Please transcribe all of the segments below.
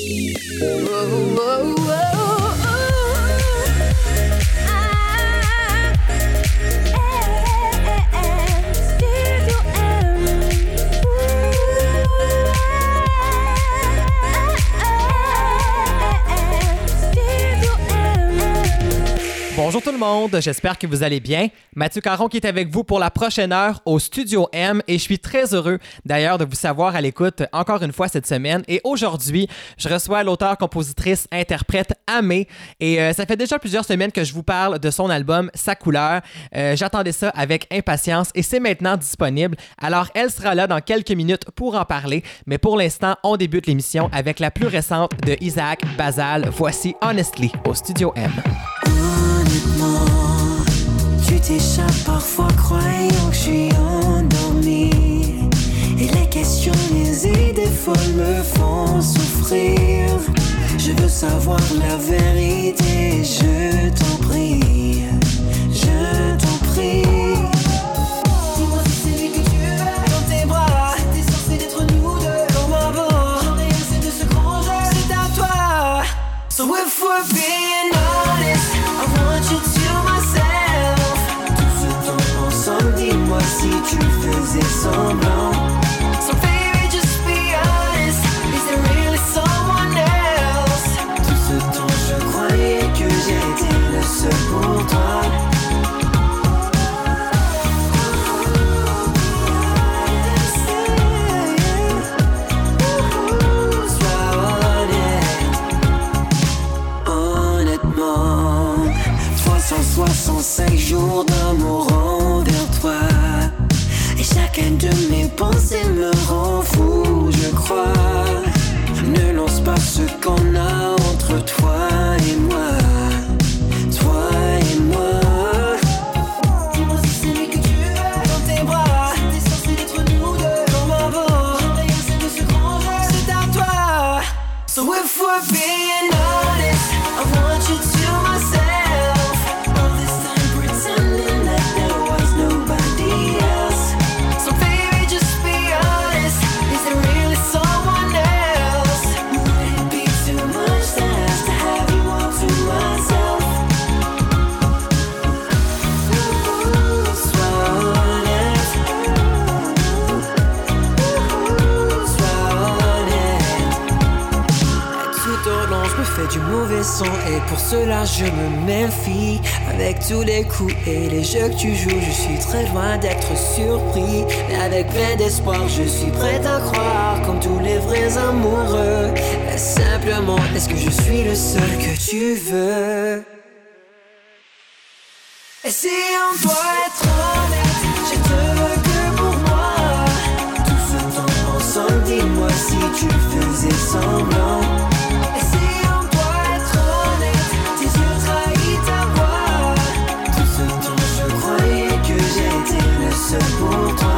Bonjour tout le monde, j'espère que vous allez bien. Mathieu Caron qui est avec vous pour la prochaine heure au Studio M et je suis très heureux d'ailleurs de vous savoir à l'écoute encore une fois cette semaine. Et aujourd'hui, je reçois l'auteure, compositrice, interprète Amé et ça fait déjà plusieurs semaines que je vous parle de son album Sa couleur. J'attendais ça avec impatience et c'est maintenant disponible. Alors elle sera là dans quelques minutes pour en parler, mais pour l'instant, on débute l'émission avec la plus récente de Isaac Basal. Voici Honestly au Studio M. Tu t'échappes parfois croyant que je suis endormi. Et les questions, les idées folles me font souffrir. Je veux savoir la vérité, je t'en prie. Je t'en prie. Dis-moi si c'est lui que tu veux. Dans tes bras, c'était censé d'être nous deux. Comme avant, j'en ai assez de ce grand jeu. C'est à toi. So if we're being honest, I want you to myself. Tout ce temps ensemble, dis-moi si tu faisais semblant. So baby, just be honest. Is there really someone else? Tout ce temps, je croyais que j'étais le seul pour toi. Honnêtement, 365 jours d'amour envers toi. Et chacun de mes pensées me rend fou, je crois. Ne lance pas ce qu'on a entre toi et moi. Toi et moi. Dis-moi si c'est lui que tu veux. Dans tes bras, c'était censé être nous deux. Comme avant, j'en ai assez de ce grand jeu. C'est à toi. So if we're being honest, I want you to myself. All this time pretending that there was nobody else. So baby, just be honest. Is there really someone else? Would it be too much to ask to have you all to myself? Sois honnête. Sois honnête. Tout au long, je me fais du mauvais son et pour cela je me méfie. Avec tous les coups et les jeux que tu joues, je suis très loin d'être surpris. Mais avec plein d'espoir, je suis prêt à croire comme tous les vrais amoureux. Mais simplement, est-ce que je suis le seul que tu veux? Et si on doit être honnête, je te veux que pour moi. Tout ce temps ensemble, dis-moi si tu faisais semblant. Et si on doit être honnête, tes yeux trahissent ta voix. Tout ce temps, je croyais que j'étais le seul pour toi.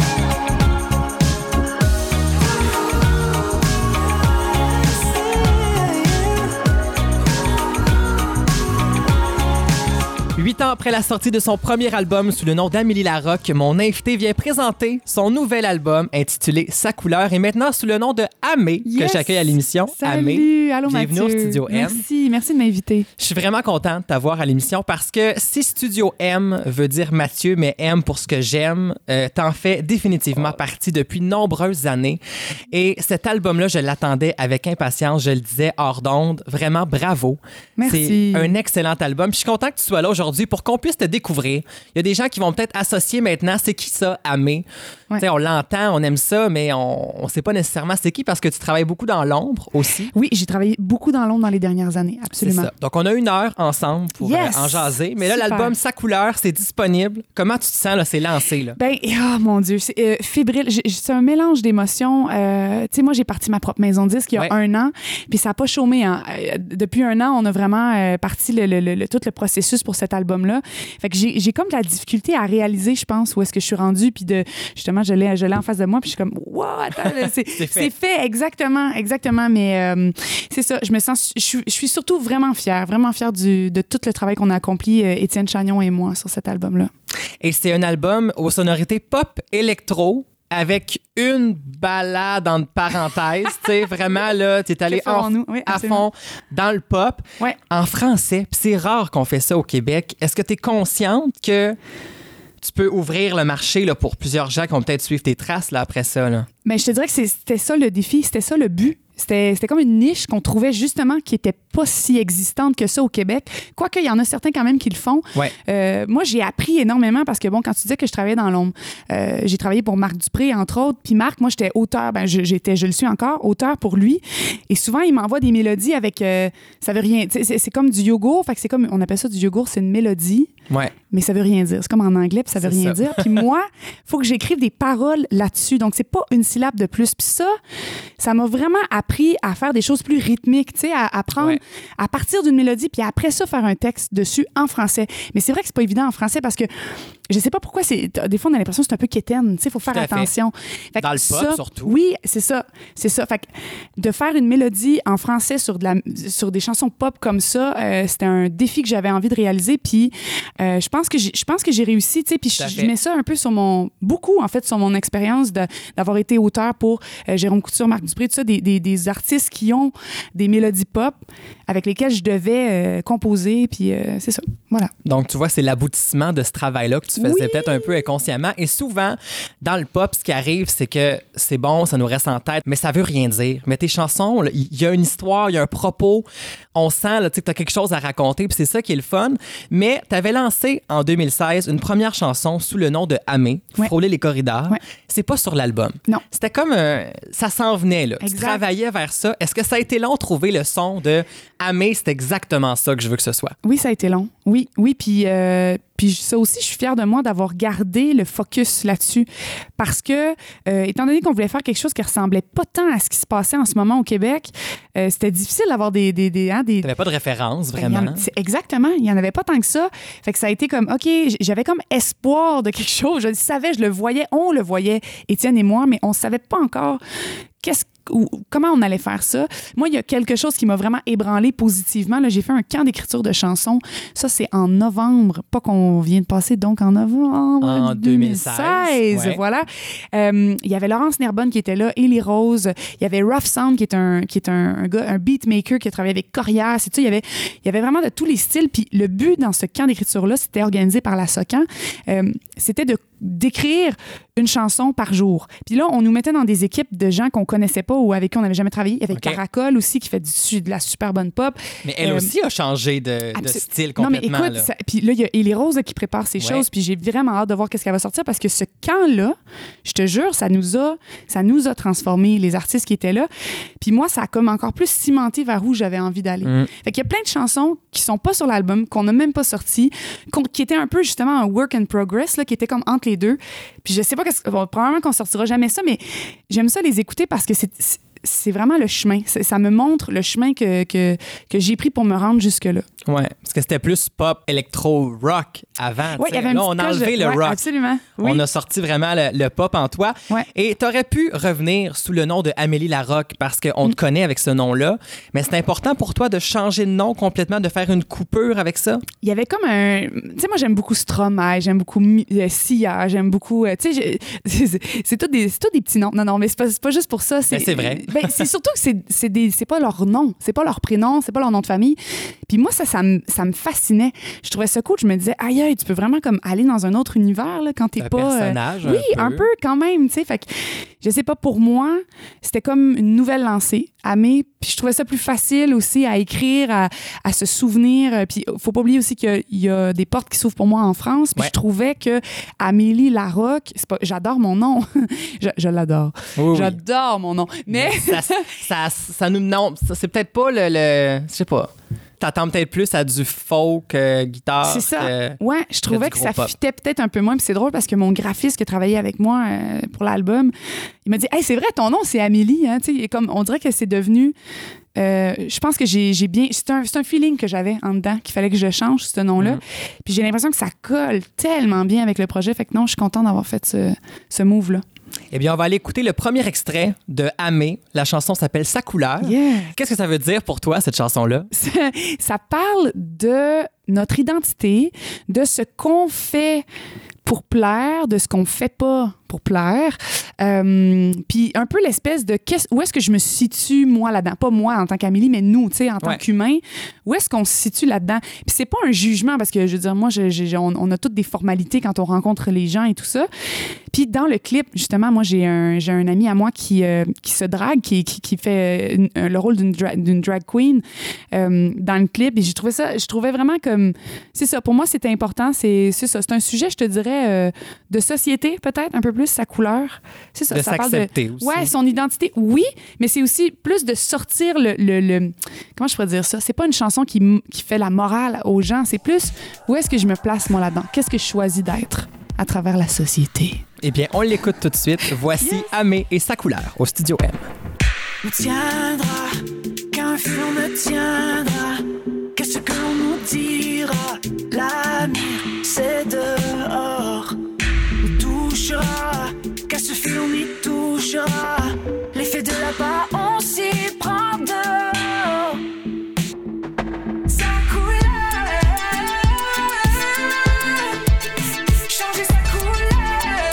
8 ans après la sortie de son premier album sous le nom d'Amélie Larocque, mon invité vient présenter son nouvel album intitulé Sa couleur et maintenant sous le nom de Amé, que j'accueille à l'émission. Salut, Amé. allô Bienvenue Mathieu. au Studio M. Merci de m'inviter. Je suis vraiment contente de t'avoir à l'émission parce que si Studio M veut dire Mathieu, mais M pour ce que j'aime, t'en fais définitivement partie depuis de nombreuses années. Et cet album-là, je l'attendais avec impatience, je le disais hors d'onde. Vraiment, bravo. Merci. C'est un excellent album. Puis je suis content que tu sois là aujourd'hui pour qu'on puisse te découvrir. Il y a des gens qui vont peut-être associer maintenant, c'est qui ça, Amé? Ouais. Tu sais, on l'entend, on aime ça, mais on ne sait pas nécessairement c'est qui parce que tu travailles beaucoup dans l'ombre aussi. Oui, j'ai travaillé beaucoup dans l'ombre dans les dernières années, absolument. C'est ça. Donc, on a 1 heure ensemble pour en jaser. Mais là, Super. l'album Sa couleur, c'est disponible. Comment tu te sens, là? C'est lancé, là? Ben, oh mon Dieu, c'est fébrile. C'est un mélange d'émotions. Tu sais, moi, j'ai parti ma propre maison de disque il y a 1 an, puis ça n'a pas chômé. Hein. Depuis 1 an, on a vraiment parti tout le processus pour cet album-là. Fait que j'ai comme de la difficulté à réaliser, je pense, où est-ce que je suis rendue, puis justement, je l'ai en face de moi, puis je suis comme, wow, attends, c'est fait, exactement. Mais c'est ça, je suis surtout vraiment fière de tout le travail qu'on a accompli, Étienne Chagnon et moi, sur cet album-là. Et c'est un album aux sonorités pop électro. avec une balade entre parenthèses, tu sais, vraiment, là, tu es allé à fond dans le pop, en français. Puis c'est rare qu'on fait ça au Québec. Est-ce que tu es consciente que tu peux ouvrir le marché là, pour plusieurs gens qui vont peut-être suivre tes traces là, après ça? Là? Mais je te dirais que c'était ça le défi, c'était ça le but. C'était comme une niche qu'on trouvait justement qui n'était pas si existante que ça au Québec. Quoique, il y en a certains quand même qui le font. Ouais. Moi, j'ai appris énormément parce que, bon, quand tu disais que je travaillais dans l'ombre, j'ai travaillé pour Marc Dupré, entre autres. Puis Marc, moi, j'étais auteur. Ben, je le suis encore, auteur pour lui. Et souvent, il m'envoie des mélodies avec... ça veut rien... C'est comme du yogourt. Fait que c'est comme... On appelle ça du yogourt, c'est une mélodie. Ouais. Mais ça veut rien dire. C'est comme en anglais, puis ça veut rien dire. Puis moi, il faut que j'écrive des paroles là-dessus. Donc, c'est pas une syllabe de plus. Puis ça m'a vraiment appris à faire des choses plus rythmiques, tu sais, à apprendre à partir d'une mélodie, puis après ça, faire un texte dessus en français. Mais c'est vrai que c'est pas évident en français parce que je sais pas pourquoi, des fois, on a l'impression que c'est un peu quétaine, tu sais, il faut faire attention. Fait dans le pop, surtout. Oui, c'est ça. Fait que de faire une mélodie en français sur des chansons pop comme ça, c'était un défi que j'avais envie de réaliser, puis je pense que j'ai réussi, tu sais, puis je mets ça un peu sur beaucoup, en fait, sur mon expérience d'avoir été auteur pour Jérôme Couture, Marc Dupré, tout ça, des artistes qui ont des mélodies pop avec lesquelles je devais composer, puis c'est ça, voilà. Donc, tu vois, c'est l'aboutissement de ce travail-là que tu faisais peut-être un peu inconsciemment. Et souvent, dans le pop, ce qui arrive, c'est que c'est bon, ça nous reste en tête, mais ça veut rien dire. Mais tes chansons, il y a une histoire, il y a un propos. On sent là, que tu as quelque chose à raconter, puis c'est ça qui est le fun. Mais tu avais lancé en 2016 une première chanson sous le nom de Amé, Frôler les corridors. Ouais. C'est pas sur l'album. Non. C'était comme ça s'en venait, là. Exact. Tu travaillais vers ça. Est-ce que ça a été long de trouver le son de Amé, c'est exactement ça que je veux que ce soit? Oui, ça a été long. Oui, puis ça aussi, je suis fière de moi d'avoir gardé le focus là-dessus parce que, étant donné qu'on voulait faire quelque chose qui ressemblait pas tant à ce qui se passait en ce moment au Québec, c'était difficile d'avoir des T'avais pas de référence, vraiment. Exactement. Il y en avait pas tant que ça. Fait que ça a été comme, OK, j'avais comme espoir de quelque chose. Je le savais, je le voyais, on le voyait, Étienne et moi, mais on savait pas encore comment on allait faire ça. Moi, il y a quelque chose qui m'a vraiment ébranlé positivement. Là, j'ai fait un camp d'écriture de chansons. Ça, c'est en novembre. Pas qu'on vient de passer, donc en novembre en 2016. Ouais. Voilà. Il y avait Laurence Nerbonne qui était là, Élie Rose. Il y avait Rough Sound qui est un gars, un beatmaker qui a travaillé avec Corias. Il y avait vraiment de tous les styles. Puis le but dans ce camp d'écriture-là, c'était organisé par la SOCAN. C'était d'écrire une chanson par jour. Puis là, on nous mettait dans des équipes de gens qu'on connaissait pas ou avec qui on n'avait jamais travaillé. Il y avait Caracol aussi qui fait de la super bonne pop. Mais elle aussi a changé de style complètement. Non, mais écoute, puis là, il y a Élie Rose qui prépare ces choses, puis j'ai vraiment hâte de voir qu'est-ce qu'elle va sortir parce que ce camp-là, je te jure, ça nous a transformés, les artistes qui étaient là. Puis moi, ça a comme encore plus cimenté vers où j'avais envie d'aller. Fait qu'il y a plein de chansons qui sont pas sur l'album, qu'on n'a même pas sorties, qui étaient un peu justement un work in progress, là, qui étaient comme entre les deux. Puis je sais pas probablement qu'on sortira jamais ça, mais j'aime ça les écouter parce que c'est vraiment le chemin. Ça me montre le chemin que j'ai pris pour me rendre jusque-là. Oui, parce que c'était plus pop, électro, rock avant. Oui, il y avait là, on a enlevé le rock. Absolument. Oui. On a sorti vraiment le pop en toi. Ouais. Et tu aurais pu revenir sous le nom de Amélie Larocque parce qu'on te connaît avec ce nom-là. Mais c'est important pour toi de changer de nom complètement, de faire une coupure avec ça? Il y avait comme un... Tu sais, moi, j'aime beaucoup Stromae, j'aime beaucoup Sia, j'aime beaucoup... Tu sais, c'est tous des petits noms. Non, mais c'est pas juste pour ça. Mais c'est vrai. Ben, c'est surtout que c'est pas leur nom, c'est pas leur prénom, c'est pas leur nom de famille. Puis moi, ça me fascinait. Je trouvais ça cool. Je me disais, aïe, tu peux vraiment comme aller dans un autre univers là, quand t'es pas... personnage, oui, un peu quand même, tu sais. Fait que, je sais pas, pour moi, c'était comme une nouvelle lancée, Amé. Puis je trouvais ça plus facile aussi à écrire, à se souvenir. Puis faut pas oublier aussi qu'il y a des portes qui s'ouvrent pour moi en France. Puis je trouvais que Amélie Larocque, j'adore mon nom. je l'adore. Oui, j'adore mon nom. Mais ça nous... Non, c'est peut-être pas je sais pas. T'attends peut-être plus à du folk, guitare. C'est ça. Ouais, je trouvais que ça fitait peut-être un peu moins. Puis c'est drôle parce que mon graphiste qui a travaillé avec moi pour l'album, il m'a dit, hey, c'est vrai, ton nom, c'est Amélie. Hein? Tu sais, comme on dirait que c'est devenu. Je pense que j'ai bien. C'est un feeling que j'avais en dedans qu'il fallait que je change ce nom-là. Puis j'ai l'impression que ça colle tellement bien avec le projet. Fait que non, je suis contente d'avoir fait ce move-là. Eh bien, on va aller écouter le premier extrait de Amé. La chanson s'appelle Sa couleur. Yeah. Qu'est-ce que ça veut dire pour toi, cette chanson-là? Ça parle de notre identité, de ce qu'on fait pour plaire, de ce qu'on fait pas pour plaire. Puis un peu l'espèce de où est-ce que je me situe, moi, là-dedans? Pas moi en tant qu'Amélie, mais nous, tu sais, en tant qu'humains. Où est-ce qu'on se situe là-dedans? Puis c'est pas un jugement, parce que, je veux dire, moi, on a toutes des formalités quand on rencontre les gens et tout ça. Puis dans le clip, justement, moi, j'ai un ami à moi qui se drague, qui fait le rôle d'une drag queen dans le clip. Et je trouvais vraiment comme... C'est ça, pour moi, c'était important. C'est ça, c'est un sujet, je te dirais, de société, peut-être, un peu plus, sa couleur. C'est ça, de ça s'accepter parle de... aussi. Ouais, son identité, oui, mais c'est aussi plus de sortir le... Comment je pourrais dire ça? C'est pas une chanson qui fait la morale aux gens, c'est plus où est-ce que je me place, moi, là-dedans? Qu'est-ce que je choisis d'être à travers la société? Eh bien, on l'écoute tout de suite. Voici Amé et sa couleur au Studio M. Me tiendra, qu'un flot me tiendra, qu'est-ce que l'on nous dira? L'avenir, c'est dehors. Nous touchera, qu'à ce fil on y touchera. L'effet de là-bas, on s'y prend dehors. Sa couleur, changer sa couleur.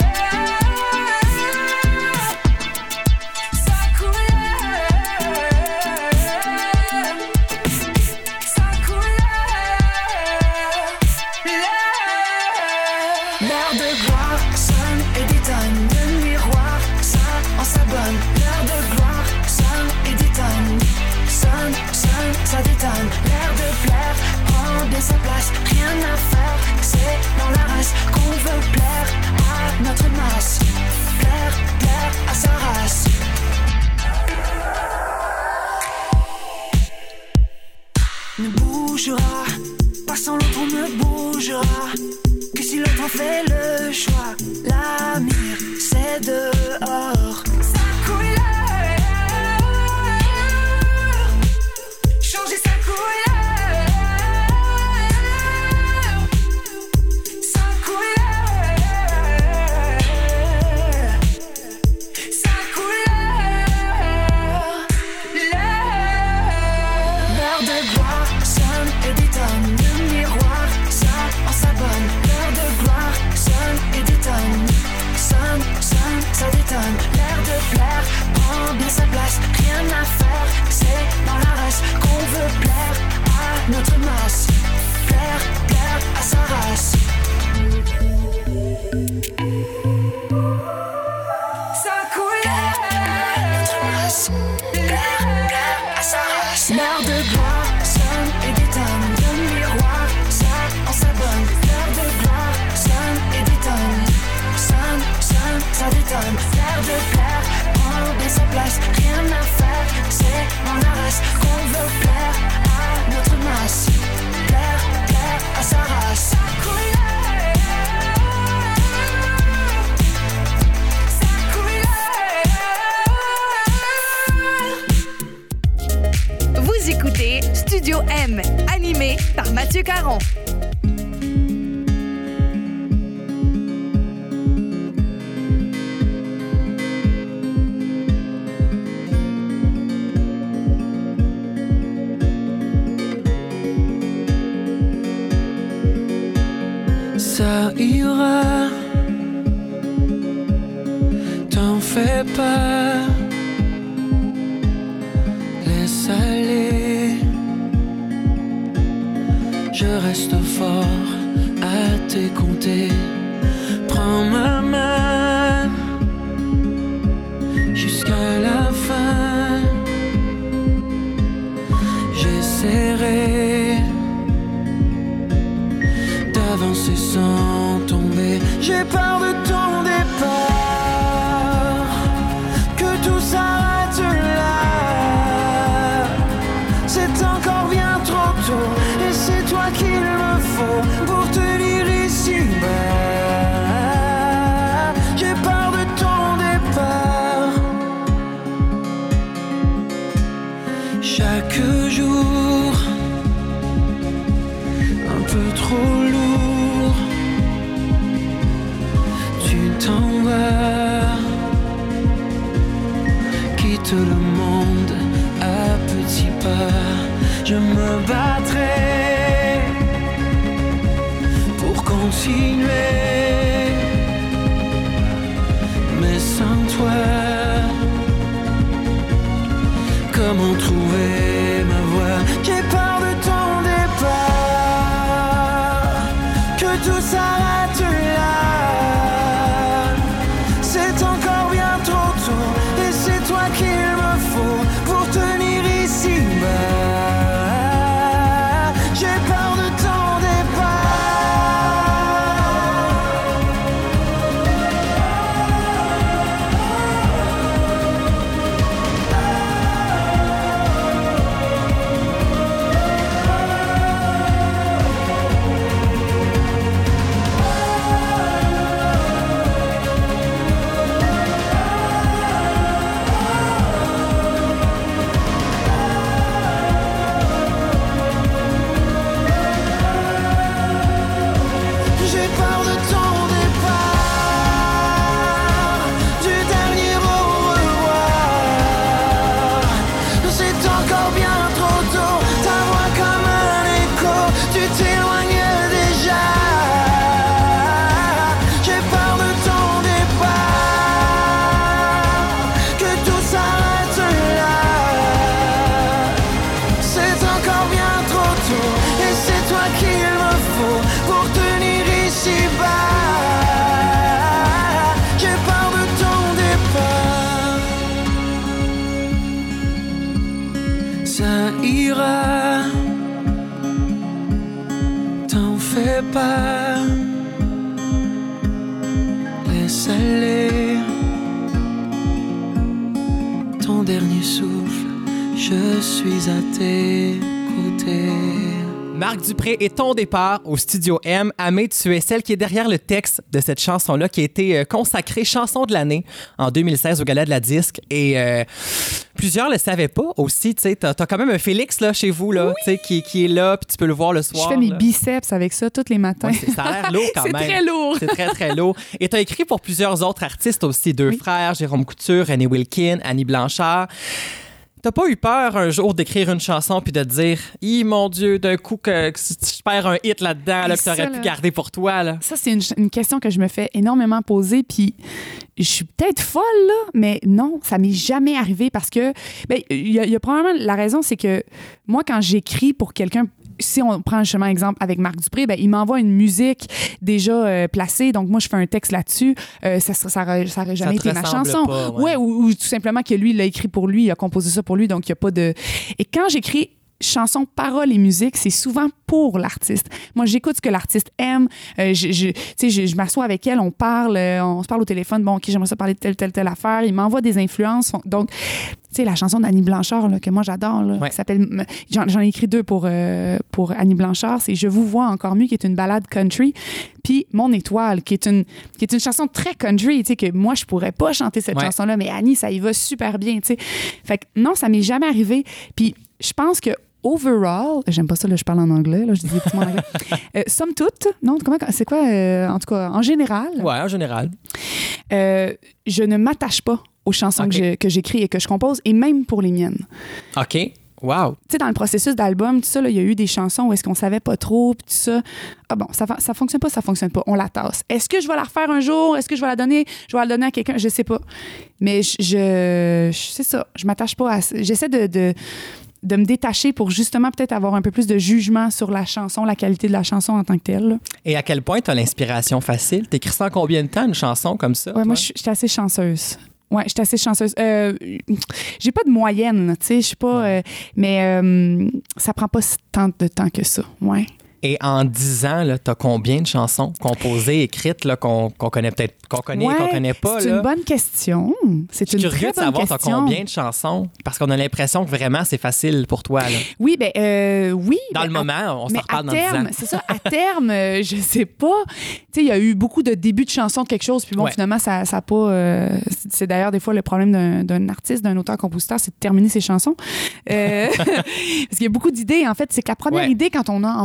Sa couleur, sa couleur. L'heure de gloire sonne et détonne. Le miroir, ça en s'abonne. L'heure de gloire sonne et détonne. Sonne, ça détonne. L'heure de plaire prend bien sa place. Rien à faire, c'est dans la race qu'on veut plaire à notre masse. Plaire à sa race. Ne bougera, pas sans l'autre on ne bougera. Que si l'autre en fait le choix, l'avenir c'est dehors. Sa couleur, changer sa couleur. Sa couleur, sa couleur. L'heure de gloire sonne et détonne. Le miroir, ça en s'abonne. L'heure de gloire sonne et détonne. Sonne, ça détonne. L'heure de plaire prend bien sa place. Rien à faire, c'est dans la race qu'on veut plaire à notre masse. Plaire à sa race. Sa couleur, notre masse. Plaire à sa race. L'heure de gloire sonne et détonne. Le miroir, ça en s'abonne. L'heure de gloire sonne et détonne. Sonne, ça détonne. L'heure de plaire prend bien sa place. Rien à faire, c'est dans la race qu'on veut plaire à notre masse. Plaire à sa race. Sa couleur, sa couleur. Vous écoutez Studio M, animé par Mathieu Caron. Ça ira, t'en fais pas, laisse aller. Je reste fort à t'écouter. Prends ma main jusqu'à la fin. J'essaierai d'avancer sans tomber. J'ai peur de ton départ, que tout s'arrête là. C'est encore bien trop tôt, et c'est toi qu'il me faut pour tenir ici-bas. J'ai peur de ton départ. Chaque jour un peu trop lourd, tu t'en vas, quitte le monde à petits pas. Je me battrai pour continuer toi. Comment trouver ma voie? J'ai peur de ton départ, que tout s'arrête là. C'est encore bien trop tôt, et c'est toi qu'il me faut pour tenir ici-bas. J'ai peur de ton pas, laisse aller ton dernier souffle, je suis à tes côtés. Marc Dupré et ton départ au Studio M. Amé, tu es celle qui est derrière le texte de cette chanson-là qui a été consacrée chanson de l'année en 2016 au Gala de la Disque. Et plusieurs ne le savaient pas aussi. Tu sais, t'as quand même un Félix là, chez vous là, oui! qui est là, puis tu peux le voir le soir. Je fais mes biceps avec ça tous les matins. Ouais, ça a l'air lourd quand même. C'est très lourd. C'est très, très lourd. Et tu as écrit pour plusieurs autres artistes aussi. Deux frères, Jérôme Couture, René Wilkin, Annie Blanchard. T'as pas eu peur un jour d'écrire une chanson puis de te dire « Hi, mon Dieu, d'un coup que je perds un hit là-dedans là, que t'aurais pu garder pour toi. » là. Ça, c'est une question que je me fais énormément poser, puis je suis peut-être folle, là, mais non, ça m'est jamais arrivé parce que il y a probablement la raison, c'est que moi, quand j'écris pour quelqu'un, si on prend justement exemple avec Marc Dupré, il m'envoie une musique déjà placée, donc moi je fais un texte là-dessus, ça aurait jamais été ma chanson. Pas, ouais. Ou tout simplement que lui il l'a écrit pour lui, il a composé ça pour lui, donc il y a pas de. Et quand j'écris chansons, paroles et musique, c'est souvent pour l'artiste. Moi, j'écoute ce que l'artiste aime. Je m'assois avec elle, on se parle au téléphone. Bon, OK, j'aimerais ça parler de telle affaire. Il m'envoie des influences. Donc, tu sais, la chanson d'Annie Blanchard, là, que moi, j'adore, là, qui s'appelle... J'en ai écrit deux pour Annie Blanchard. C'est « Je vous vois encore mieux », qui est une ballade country. Puis « Mon étoile », qui est une chanson très country, tu sais, que moi, je pourrais pas chanter cette chanson-là, mais Annie, ça y va super bien, tu sais. Fait que non, ça m'est jamais arrivé. Puis je pense que overall, j'aime pas ça, là, je parle en anglais, là, je dis des petits mots en anglais. Somme toute, non, c'est quoi, en tout cas, en général? Ouais, en général. Je ne m'attache pas aux chansons que j'écris et que je compose, et même pour les miennes. OK. Wow. Tu sais, dans le processus d'album, tout ça, il y a eu des chansons où est-ce qu'on savait pas trop, puis tout ça. Ah bon, ça fonctionne pas, on la tasse. Est-ce que je vais la refaire un jour? Est-ce que je vais la donner à quelqu'un? Je sais pas. Mais c'est ça, je m'attache pas à ça. J'essaie de me détacher pour justement peut-être avoir un peu plus de jugement sur la chanson, la qualité de la chanson en tant que telle. Là. Et à quel point tu as l'inspiration facile? T'écris ça en combien de temps, une chanson comme ça? Ouais, moi, je suis assez chanceuse. Ouais, je suis assez chanceuse. J'ai pas de moyenne, tu sais, je suis pas... mais ça prend pas tant de temps que ça, ouais. Et en 10 ans, tu as combien de chansons composées, écrites, là, qu'on connaît peut-être, qu'on connaît et qu'on connaît pas? C'est une bonne question. C'est une très bonne question. Je suis curieux de savoir, tu as combien de chansons? Parce qu'on a l'impression que vraiment, c'est facile pour toi. Là. Oui, oui. Dans le moment, on s'en reparle dans 10 ans. C'est ça, à terme, je sais pas. Tu sais, il y a eu beaucoup de débuts de chansons de quelque chose, puis bon, finalement, ça n'a pas... c'est d'ailleurs des fois le problème d'un artiste, d'un auteur-compositeur, c'est de terminer ses chansons. Parce qu'il y a beaucoup d'idées, en fait. C'est que la première idée, quand on a envie d'écrire une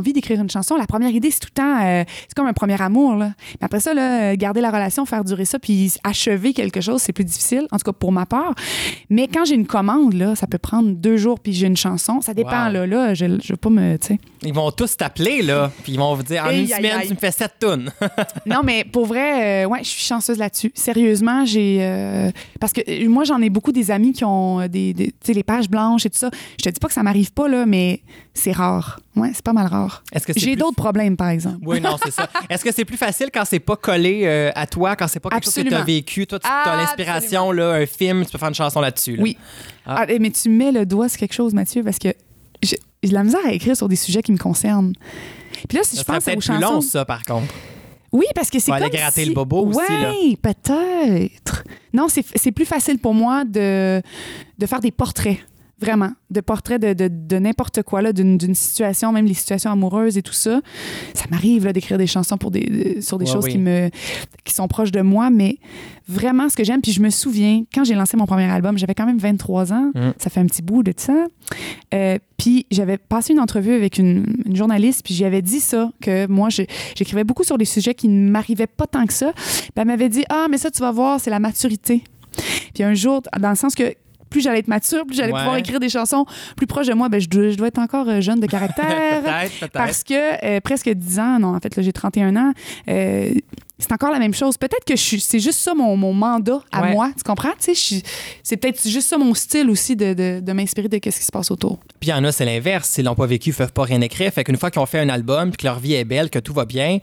une chanson, la première idée, c'est tout le temps, c'est comme un premier amour, là. Mais après ça, là, garder la relation, faire durer ça, puis achever quelque chose, c'est plus difficile, en tout cas pour ma part. Mais quand j'ai une commande, là, ça peut prendre 2 jours, puis j'ai une chanson. Ça dépend, là, je veux pas me, tu sais. Ils vont tous t'appeler, là, puis ils vont vous dire, en une semaine, tu me fais 7 tunes. Non, mais pour vrai, ouais, je suis chanceuse là-dessus. Sérieusement, parce que moi, j'en ai beaucoup des amis qui ont tu sais, les pages blanches et tout ça. Je te dis pas que ça m'arrive pas, là, mais c'est rare. Ouais, c'est pas mal rare. J'ai d'autres problèmes, par exemple. Oui, non, c'est ça. Est-ce que c'est plus facile quand c'est pas collé à toi, quand c'est pas quelque chose que tu as vécu? Toi, tu as l'inspiration, là, un film, tu peux faire une chanson là-dessus. Là. Oui. Mais tu mets le doigt sur quelque chose, Mathieu, parce que j'ai de la misère à écrire sur des sujets qui me concernent. Puis là, si je pense aux chansons... plus long, ça, par contre. Oui, parce que c'est comme aller gratter le bobo aussi, là. Oui, peut-être. Non, c'est plus facile pour moi de faire des portraits. Vraiment, de portraits de n'importe quoi, là, d'une situation, même les situations amoureuses et tout ça. Ça m'arrive là, d'écrire des chansons sur des choses qui sont proches de moi, mais vraiment ce que j'aime, puis je me souviens, quand j'ai lancé mon premier album, j'avais quand même 23 ans, ça fait un petit bout de ça, puis j'avais passé une entrevue avec une journaliste, puis j'y avais dit ça, que moi, j'écrivais beaucoup sur des sujets qui ne m'arrivaient pas tant que ça, puis elle m'avait dit « Ah, mais ça, tu vas voir, c'est la maturité. » Puis un jour, dans le sens que plus j'allais être mature, plus j'allais pouvoir écrire des chansons plus proches de moi. Ben, je dois être encore jeune de caractère. Peut-être. Parce que presque 10 ans, non, en fait, là, j'ai 31 ans, c'est encore la même chose. Peut-être que c'est juste ça mon mandat à moi. Tu comprends? C'est peut-être juste ça mon style aussi de m'inspirer de ce qui se passe autour. Puis il y en a, c'est l'inverse. S'ils l'ont pas vécu, ils peuvent pas rien écrire. Fait qu'une fois qu'ils ont fait un album puis que leur vie est belle, que tout va bien,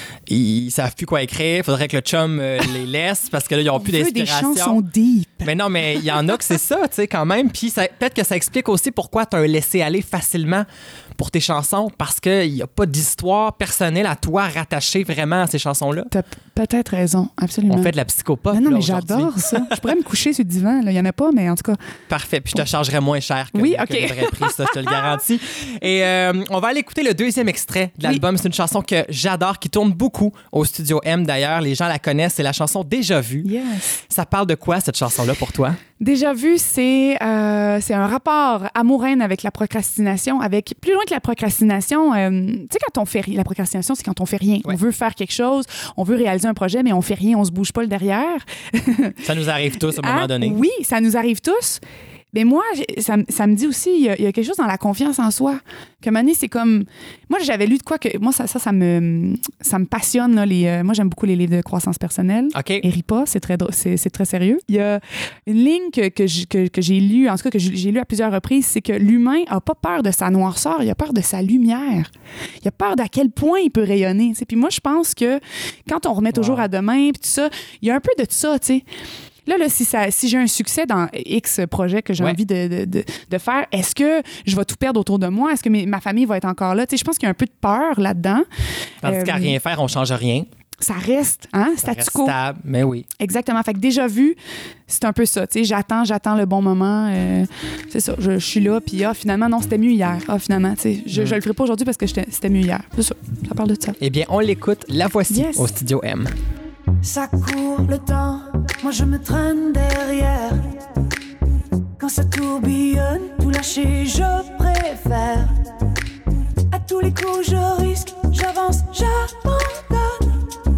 ils savent plus quoi écrire. Faudrait que le chum les laisse parce que là, ils ont plus d'inspiration. Des chansons deep. Mais non, mais il y en a que c'est ça, tu sais, quand même. Puis peut-être que ça explique aussi pourquoi tu as un laisser-aller facilement pour tes chansons, parce qu'il n'y a pas d'histoire personnelle à toi rattachée vraiment à ces chansons-là. T'as peut-être raison, absolument. On fait de la psychopop. Non, mais aujourd'hui. j'adore ça. Je pourrais me coucher sur le divan. Il n'y en a pas, mais en tout cas... Parfait. Puis je te chargerais moins cher que, que le vrai prix, ça, je te le garantis. Et on va aller écouter le 2e extrait de l'album. C'est une chanson que j'adore, qui tourne beaucoup au Studio M, d'ailleurs. Les gens la connaissent. C'est la chanson Déjà Vu. Yes. Ça parle de quoi, cette chanson-là, pour toi? Déjà Vu, c'est un rapport amour-haine avec la procrastination, avec plus loin que la procrastination. Tu sais, quand on fait la procrastination, c'est quand on fait rien. Ouais. On veut faire quelque chose, on veut réaliser un projet, mais on fait rien, on se bouge pas le derrière. Ça nous arrive tous à un moment donné. Oui, ça nous arrive tous. Mais moi, ça me dit aussi, il y a quelque chose dans la confiance en soi. Que Mané, c'est comme... Moi, j'avais lu de quoi que... Moi, ça me passionne. Là, moi, j'aime beaucoup les livres de croissance personnelle. OK. Et ris pas, c'est très sérieux. Il y a une ligne que j'ai lue, en tout cas, que j'ai lue à plusieurs reprises, c'est que l'humain a pas peur de sa noirceur, il a peur de sa lumière. Il a peur d'à quel point il peut rayonner. T'sais. Puis moi, je pense que quand on remet toujours à demain, puis tout ça, il y a un peu de ça, tu sais. Là, si j'ai un succès dans X projet que j'ai envie de faire, est-ce que je vais tout perdre autour de moi? Est-ce que ma famille va être encore là? Tu sais, je pense qu'il y a un peu de peur là-dedans. Tandis qu'à rien faire, on change rien. Ça reste, hein? Statu quo. Stable, mais oui. Exactement. Fait que déjà vu, c'est un peu ça. Tu sais, j'attends le bon moment. C'est ça. Je suis là, puis finalement, non, c'était mieux hier. Finalement, tu sais, je le ferai pas aujourd'hui parce que c'était mieux hier. C'est ça. Ça parle de ça. Eh bien, on l'écoute. La voici au Studio M. Ça court le temps, moi je me traîne derrière. Quand ça tourbillonne, tout lâcher je préfère. À tous les coups je risque, j'avance, j'abandonne.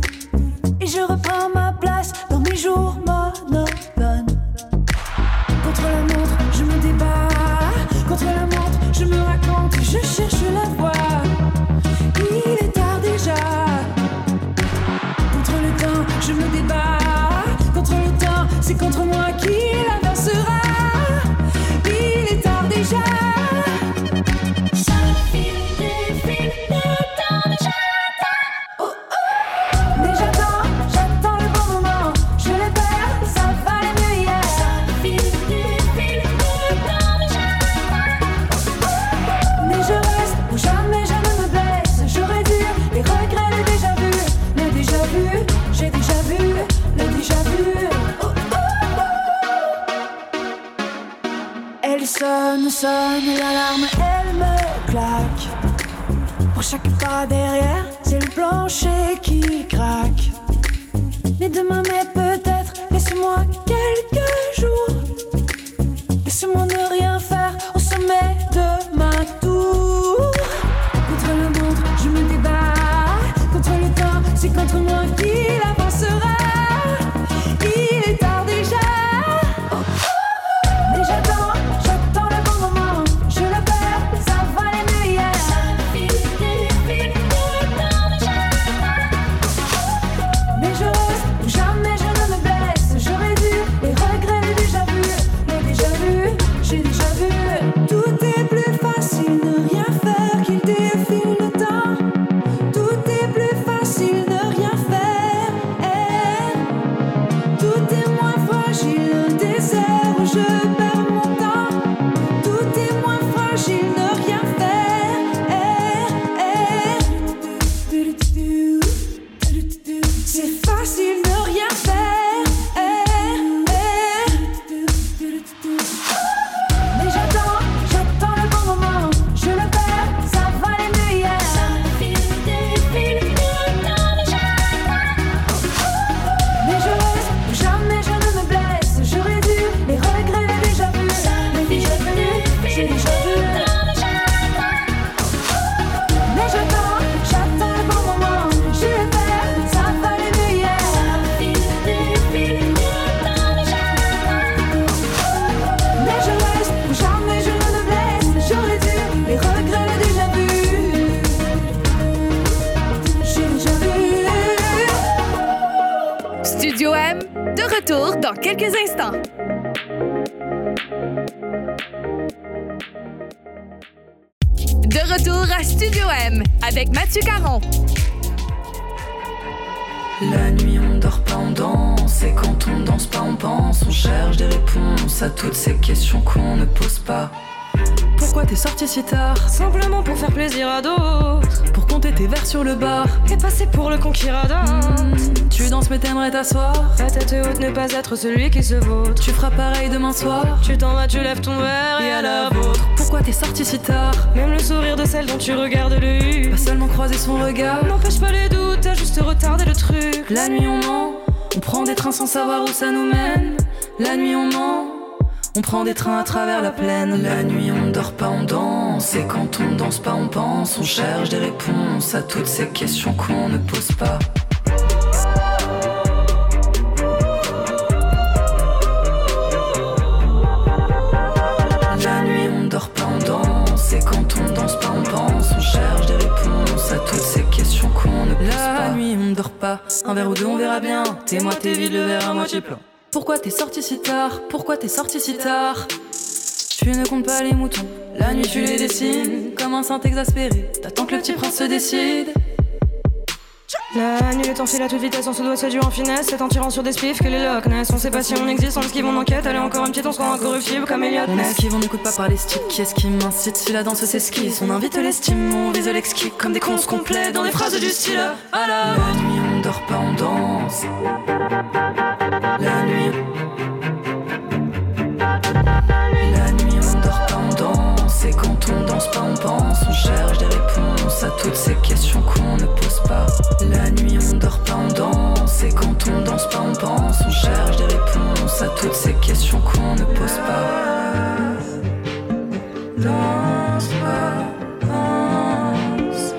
Et je reprends ma place dans mes jours monotones. Contre la montre, je me débat. Contre la montre, je me raconte, je cherche la voie. Il est tard déjà. Je me débat contre le temps, c'est contre moi qu'il avancera. Il est tard déjà. Ça file, défile, le temps déjà. Oh oh. Mais j'attends le bon moment. Je l'espère, ça va aller mieux hier. Ça file, défile, le temps déjà. Oh oh. Mais je reste où jamais je ne me blesse. J'aurais dû les regrets, le déjà vu, le déjà vu. J'ai déjà vu, le déjà vu. Oh, oh, oh. Elle sonne, l'alarme, elle me claque. Pour chaque pas derrière, c'est le plancher qui craque. Mais demain, mais peut-être, laisse-moi quelques jours. Laisse-moi ne rien faire au sommet de ma tour. Contre la montre, je me retour dans quelques instants. De retour à Studio M avec Mathieu Caron. La nuit on dort pas, on danse. Et quand on danse pas, on pense. On cherche des réponses à toutes ces questions qu'on ne pose pas. Pourquoi t'es sorti si tard? Simplement pour faire plaisir à d'autres. Pour compter tes verres sur le bar. Et passer pour le conquérant. Tu danses mais t'aimerais t'asseoir. La tête haute, ne pas être celui qui se vautre. Tu feras pareil demain soir. Tu t'en vas, tu lèves ton verre et à la vôtre. Pourquoi t'es sorti si tard? Même le sourire de celle dont tu regardes le Pas seulement croiser son regard. n'empêche pas les doutes, t'as juste retardé le truc. La nuit on ment, on prend des trains sans savoir où ça nous mène. La nuit on ment, on prend des trains à travers la plaine. La nuit on dort pas, on danse. Et quand on danse pas, on pense. On cherche des réponses à toutes ces questions qu'on ne pose pas. La nuit on dort pas, on danse. Et quand on danse pas, on pense. On cherche des réponses à toutes ces questions qu'on ne pose pas. La nuit on dort pas, un verre ou deux on verra bien. T'es moi t'es vide, le verre à moitié plein. Pourquoi t'es sorti si tard? Pourquoi t'es sorti si tard? Tu ne comptes pas les moutons, la nuit tu les dessines. Comme un saint exaspéré, t'attends que le petit prince se décide. La nuit le temps file à toute vitesse, on se doit séduire en finesse. C'est en tirant sur des spiffs que les Loch Ness. On sait pas si on existe, on esquive, on enquête. Allez encore une petite, on se rend incorruptible comme Elliot On Ness. esquive, on n'écoute pas par les sticks. Qui est-ce qui m'incite si la danse s'esquisse? On invite l'estime, on vise l'exquis. Comme des cons complets dans des phrases du style à la nuit on dort pas, on danse. La nuit on dort pas, on danse. Et quand on danse pas, on pense. On cherche des réponses à toutes ces questions qu'on ne pose pas. La nuit on dort pas, on danse. Et quand on danse pas, on pense. On cherche des réponses à toutes ces questions qu'on ne pose pas. Danse pas, danse.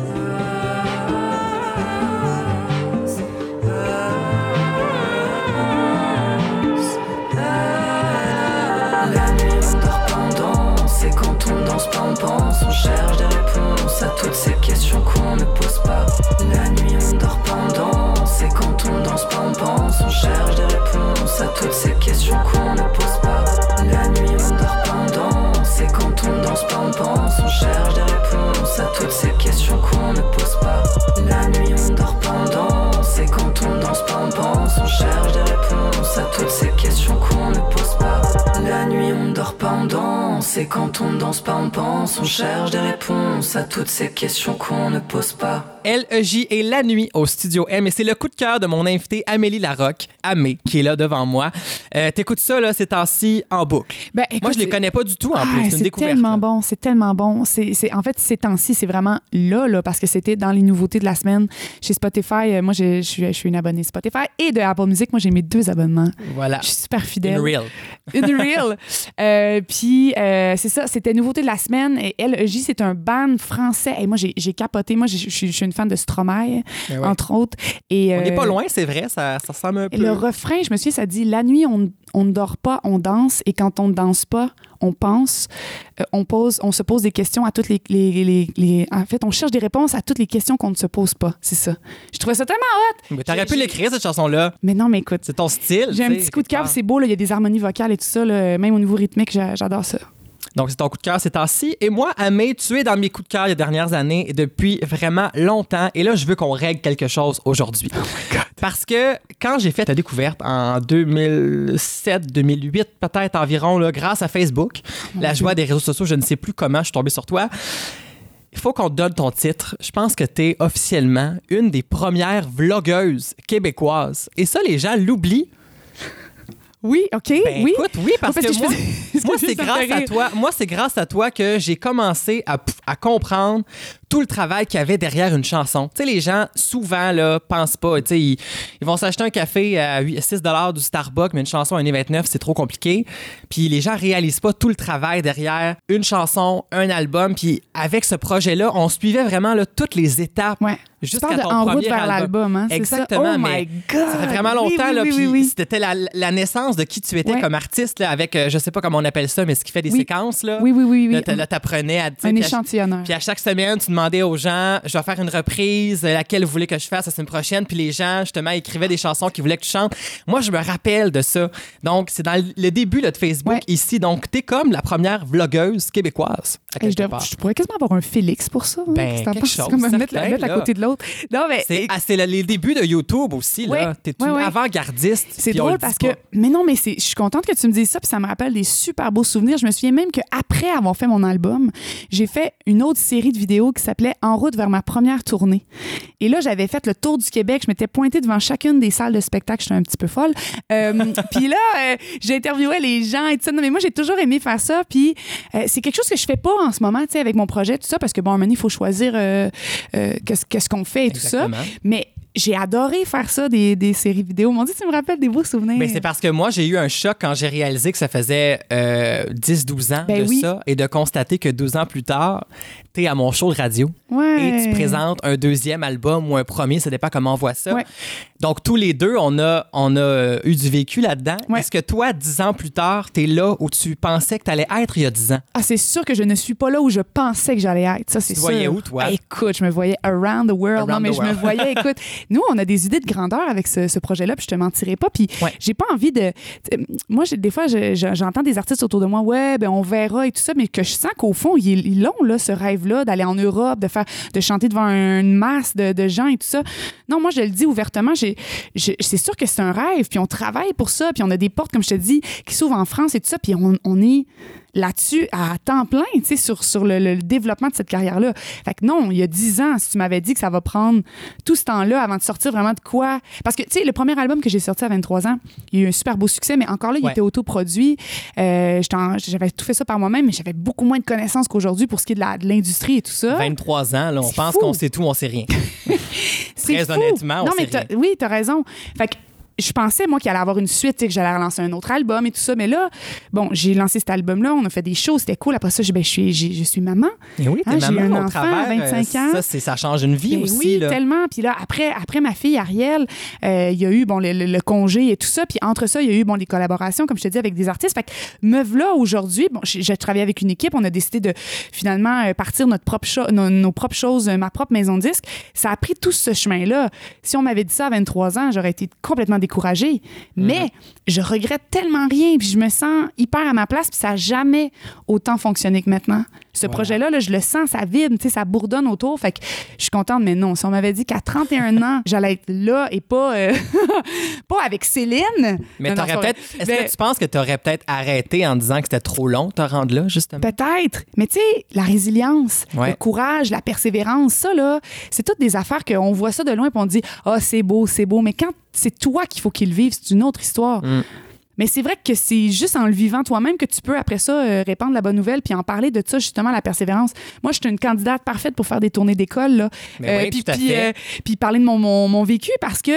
La nuit on dort pas, on danse. Et quand on danse pas, on pense. On cherche des réponses à toutes ces questions qu'on ne pose pas. La nuit on dort pas, on danse. Et quand on danse pas, on pense. On cherche des réponses à toutes ces questions qu'on ne pose pas. La nuit on dort pas, on danse. Et quand on danse pas, on pense. On cherche des réponses à toutes ces questions qu'on ne pose pas. La nuit on dort pas, on danse. Et quand on danse pas, on pense. On cherche des réponses à toutes ces questions qu'on ne pose pas. La nuit on dort pas, on danse. Et quand on danse pas, on pense. On cherche des réponses à toutes ces questions qu'on ne pose pas. L.E.J. et La Nuit au Studio M. Et c'est le coup de cœur de mon invitée Amélie Larocque, Amé, qui est là devant moi. T'écoutes ça, là, ces temps-ci, en boucle. Ben, écoute, moi, je les connais pas du tout, en plus. C'est une c'est découverte. tellement bon, c'est tellement bon. En fait, ces temps-ci, c'est vraiment là, parce que c'était dans les nouveautés de la semaine chez Spotify. Moi, je suis une abonnée Spotify et de Apple Music. Moi, j'ai mes 2 abonnements. Voilà. Je suis super fidèle. In real. In real. Puis, c'est ça, c'était nouveauté de la semaine. Et L.E.J., c'est un band français. Et moi, j'ai capoté. Moi, je suis une fan de Stromae, Ben ouais. entre autres. Et, On n'est pas loin, c'est vrai, ça ressemble un peu. le refrain, je me souviens, ça dit « La nuit, on ne dort pas, on danse. Et quand on ne danse pas, on pense. On se pose des questions à toutes les... En fait, on cherche des réponses à toutes les questions qu'on ne se pose pas. » C'est ça. Je trouvais ça tellement hot. Mais t'aurais pu l'écrire, cette chanson-là. Mais non, mais écoute, C'est ton style. j'ai un tu sais, petit coup de cœur, quelque c'est beau, là, il y a des harmonies vocales et tout ça, là, même au niveau rythmique, j'adore ça. Donc, c'est ton coup de cœur ces temps-ci. Et moi, Amé, tu es dans mes coups de cœur les dernières années depuis vraiment longtemps. Et là, je veux qu'on règle quelque chose aujourd'hui. Oh my God. Parce que quand j'ai fait ta découverte en 2007-2008, peut-être environ, là, grâce à Facebook, la joie des réseaux sociaux, je ne sais plus comment je suis tombée sur toi. Il faut qu'on te donne ton titre. Je pense que tu es officiellement une des premières vlogueuses québécoises. Et ça, les gens l'oublient. Oui, OK, Ben, oui. écoute, oui, parce que moi, moi, c'est ça me grâce fait à rire. toi. Moi, c'est grâce à toi que j'ai commencé à comprendre tout le travail qu'il y avait derrière une chanson. Tu sais, les gens, souvent, là, pensent pas. Tu sais, ils vont s'acheter un café à 6 $ du Starbucks, mais une chanson à 1,29 $, c'est trop compliqué. Puis les gens réalisent pas tout le travail derrière une chanson, un album. Puis avec ce projet-là, on suivait vraiment là, toutes les étapes Ouais. jusqu'à parles de ton En route premier vers album. l'album, hein, c'est Exactement, ça? Oh mais my God! ça fait vraiment longtemps, Oui, là, oui, puis oui. c'était la naissance de qui tu étais Ouais. comme artiste, là, avec, je sais pas comment on appelle ça, mais ce qui fait des Oui. séquences, là. Oui. Là, t'apprenais à... tu sais, Un puis à- échantillonneur. Puis à chaque semaine, tu demandais aux gens, je vais faire une reprise, laquelle vous voulez que je fasse la semaine prochaine. Puis les gens, justement, écrivaient des chansons qu'ils voulaient que tu chantes. Moi, je me rappelle de ça. Donc, c'est dans le début là, de Facebook Ouais. ici. Donc, t'es comme la première vlogueuse québécoise. à Et quelque part. je pourrais quasiment avoir un Félix pour ça. hein, Ben, qu'est-ce que t'en quelque penses? chose, C'est comme me mettre certain, à là. côté de l'autre. Non, mais C'est les débuts de YouTube aussi. Là. Ouais. T'es Ouais, une ouais. avant-gardiste. c'est puis on drôle le dit parce pas. que. Mais non, mais je suis contente que tu me dises ça, puis ça me rappelle des super beaux souvenirs. Je me souviens même qu'après avoir fait mon album, j'ai fait une autre série de vidéos qui s'appelait En route vers ma première tournée. Et là, j'avais fait le tour du Québec. Je m'étais pointée devant chacune des salles de spectacle. J'étais un petit peu folle. Puis là, j'interviewais les gens et tout ça. Non, mais moi, j'ai toujours aimé faire ça. Puis c'est quelque chose que je fais pas en ce moment, tu sais, avec mon projet, tout ça, parce que, bon, à un moment donné, il faut choisir qu'est-ce qu'on fait et Exactement. tout ça. Mais j'ai adoré faire ça, des séries vidéo. Mon Dieu, tu me rappelles des beaux souvenirs. Mais c'est parce que moi, j'ai eu un choc quand j'ai réalisé que ça faisait 10-12 ans Ben de oui. ça et de constater que 12 ans plus tard, t'es à mon show de radio Ouais. et tu présentes un deuxième album ou un premier, ça dépend comment on voit ça. Ouais. Donc, tous les deux, on a eu du vécu là-dedans. Ouais. Est-ce que toi, 10 ans plus tard, t'es là où tu pensais que t'allais être il y a 10 ans? Ah, c'est sûr que je ne suis pas là où je pensais que j'allais être. Ça, c'est Tu sûr. voyais où, toi? Ah, écoute, je me voyais around the world. Around non, mais the je me world. voyais, écoute, nous, on a des idées de grandeur avec ce projet-là, puis je te mentirais pas. Puis Ouais. j'ai pas envie de. Moi, des fois, j'entends des artistes autour de moi, ouais, ben on verra et tout ça, mais que je sens qu'au fond, ils l'ont, là, ce rêve-là, d'aller en Europe, de chanter devant une masse de gens et tout ça. Non, moi, je le dis ouvertement, c'est sûr que c'est un rêve, puis on travaille pour ça, puis on a des portes, comme je te dis, qui s'ouvrent en France et tout ça, puis on est là-dessus à temps plein, tu sais, sur le développement de cette carrière-là. Fait que non, il y a 10 ans, si tu m'avais dit que ça va prendre tout ce temps-là avant de sortir vraiment de quoi... Parce que, tu sais, le premier album que j'ai sorti à 23 ans, il y a eu un super beau succès, mais encore là, il Ouais. était autoproduit. J'avais tout fait ça par moi-même, mais j'avais beaucoup moins de connaissances qu'aujourd'hui pour ce qui est de l'industrie et tout ça. 23 ans, là, on C'est pense fou. qu'on sait tout, on sait rien. C'est Très fou. honnêtement, on non, sait mais rien. oui, t'as raison. Fait que je pensais, moi, qu'il allait avoir une suite, tu sais, que j'allais relancer un autre album et tout ça. Mais là, bon, j'ai lancé cet album-là, on a fait des shows, c'était cool. Après ça, je suis maman. Et oui, t'es Hein, j'ai maman un au enfant travers. à 25 ans. Ça change une vie Ben aussi. oui, là. tellement. Puis là, après ma fille, Ariel, il y a eu bon, le congé et tout ça. Puis entre ça, il y a eu bon, les collaborations, comme je te dis, avec des artistes. Fait que me voilà aujourd'hui. Bon, j'ai travaillé avec une équipe. On a décidé de finalement partir nos propres choses, ma propre maison de disque. Ça a pris tout ce chemin-là. Si on m'avait dit ça à 23 ans, j'aurais été complètement découragée. Mais je regrette tellement rien. Puis je me sens hyper à ma place. Puis ça n'a jamais autant fonctionné que maintenant. Ce projet-là, là, je le sens, ça vibre, tu sais, ça bourdonne autour. Fait que je suis contente, mais non. Si on m'avait dit qu'à 31 ans, j'allais être là et pas, pas avec Céline. Mais Non, non, t'aurais c'est peut-être. vrai. Est-ce Ben, que tu penses que tu aurais peut-être arrêté en disant que c'était trop long de te rendre là, justement? Peut-être. Mais tu sais, la résilience, Ouais. le courage, la persévérance, ça, là, c'est toutes des affaires qu'on voit ça de loin et on dit « Ah, c'est beau, c'est beau ». Mais quand c'est toi qu'il faut qu'il le vive, c'est une autre histoire. Mais c'est vrai que c'est juste en le vivant toi-même que tu peux, après ça, répandre la bonne nouvelle puis en parler de ça, justement, la persévérance. Moi, je suis une candidate parfaite pour faire des tournées d'école, là. Mais oui, tout à fait. Puis parler de mon vécu parce que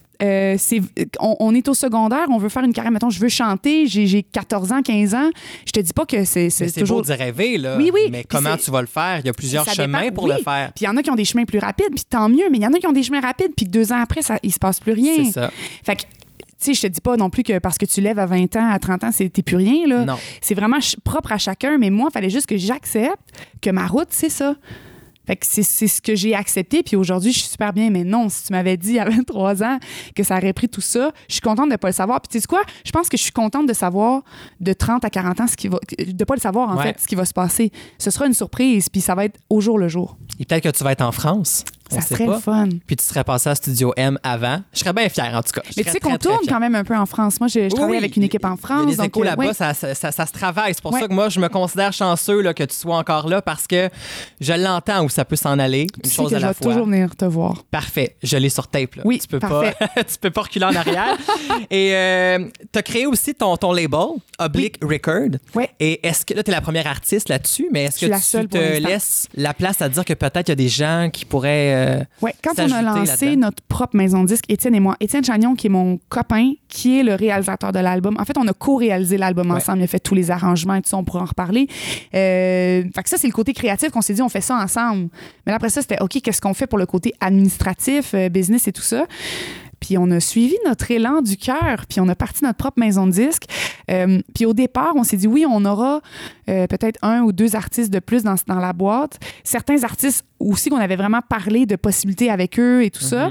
on est au secondaire, on veut faire une carrière, mettons, je veux chanter, j'ai 14 ans, 15 ans. Je te dis pas que c'est Mais c'est toujours... beau d'y rêver, là. Oui, oui. Mais Puis comment c'est- tu vas le faire? Il y a plusieurs Ça chemins dépend, pour oui. le faire. Puis il y en a qui ont des chemins plus rapides, puis tant mieux, mais il y en a qui ont des chemins rapides, puis que 2 ans après, il se passe plus rien. C'est ça. Fait que, tu sais, je te dis pas non plus que parce que tu lèves à 20 ans, à 30 ans, t'es plus rien, là. Non. C'est vraiment propre à chacun, mais moi, il fallait juste que j'accepte que ma route, c'est ça. Fait que c'est ce que j'ai accepté, puis aujourd'hui, je suis super bien. Mais non, si tu m'avais dit à 23 ans que ça aurait pris tout ça, je suis contente de ne pas le savoir. Puis tu sais quoi? Je pense que je suis contente de savoir de 30 à 40 ans de pas le savoir, en Ouais. fait, ce qui va se passer. Ce sera une surprise, puis ça va être au jour le jour. Et peut-être que tu vas être en France. On Ça sait serait pas. le fun. Puis tu serais passé à Studio M avant. Je serais bien fier, en tout cas. Je Mais tu serais sais qu'on très, très tourne fier. quand même un peu en France. Moi, je travaille Oui, avec une équipe en Il France. y a des donc, échos là-bas, ouais. ça se travaille. C'est pour Ouais. ça que moi, je me considère chanceux là, que tu sois encore là parce que je l'entends où ça peut s'en aller, Tu une sais chose que à je la vais fois. toujours venir te voir. Parfait, je l'ai sur tape. Là. Oui, tu peux parfait. pas, tu peux pas reculer en arrière. Et tu as créé aussi ton label, Oblique Record. Ouais. Et est-ce que là, tu es la première artiste là-dessus, mais est-ce Je suis que la tu seule te pour l'instant. laisses la place à dire que peut-être il y a des gens qui pourraient quand on a s'ajouter lancé là-dedans. notre propre maison de disque, Étienne et moi, Étienne Chagnon, qui est mon copain, qui est le réalisateur de l'album. En fait, on a co-réalisé l'album ensemble. Il a fait tous les arrangements et tout ça, on pourra en reparler. Fait que ça, c'est le côté créatif qu'on s'est dit, on fait ça ensemble. Mais là, après ça, c'était OK, qu'est-ce qu'on fait pour le côté administratif, business et tout ça? Puis on a suivi notre élan du cœur, puis on a parti notre propre maison de disques. Puis au départ, on s'est dit, oui, on aura peut-être 1 ou 2 artistes de plus dans la boîte. Certains artistes aussi qu'on avait vraiment parlé de possibilités avec eux et tout ça.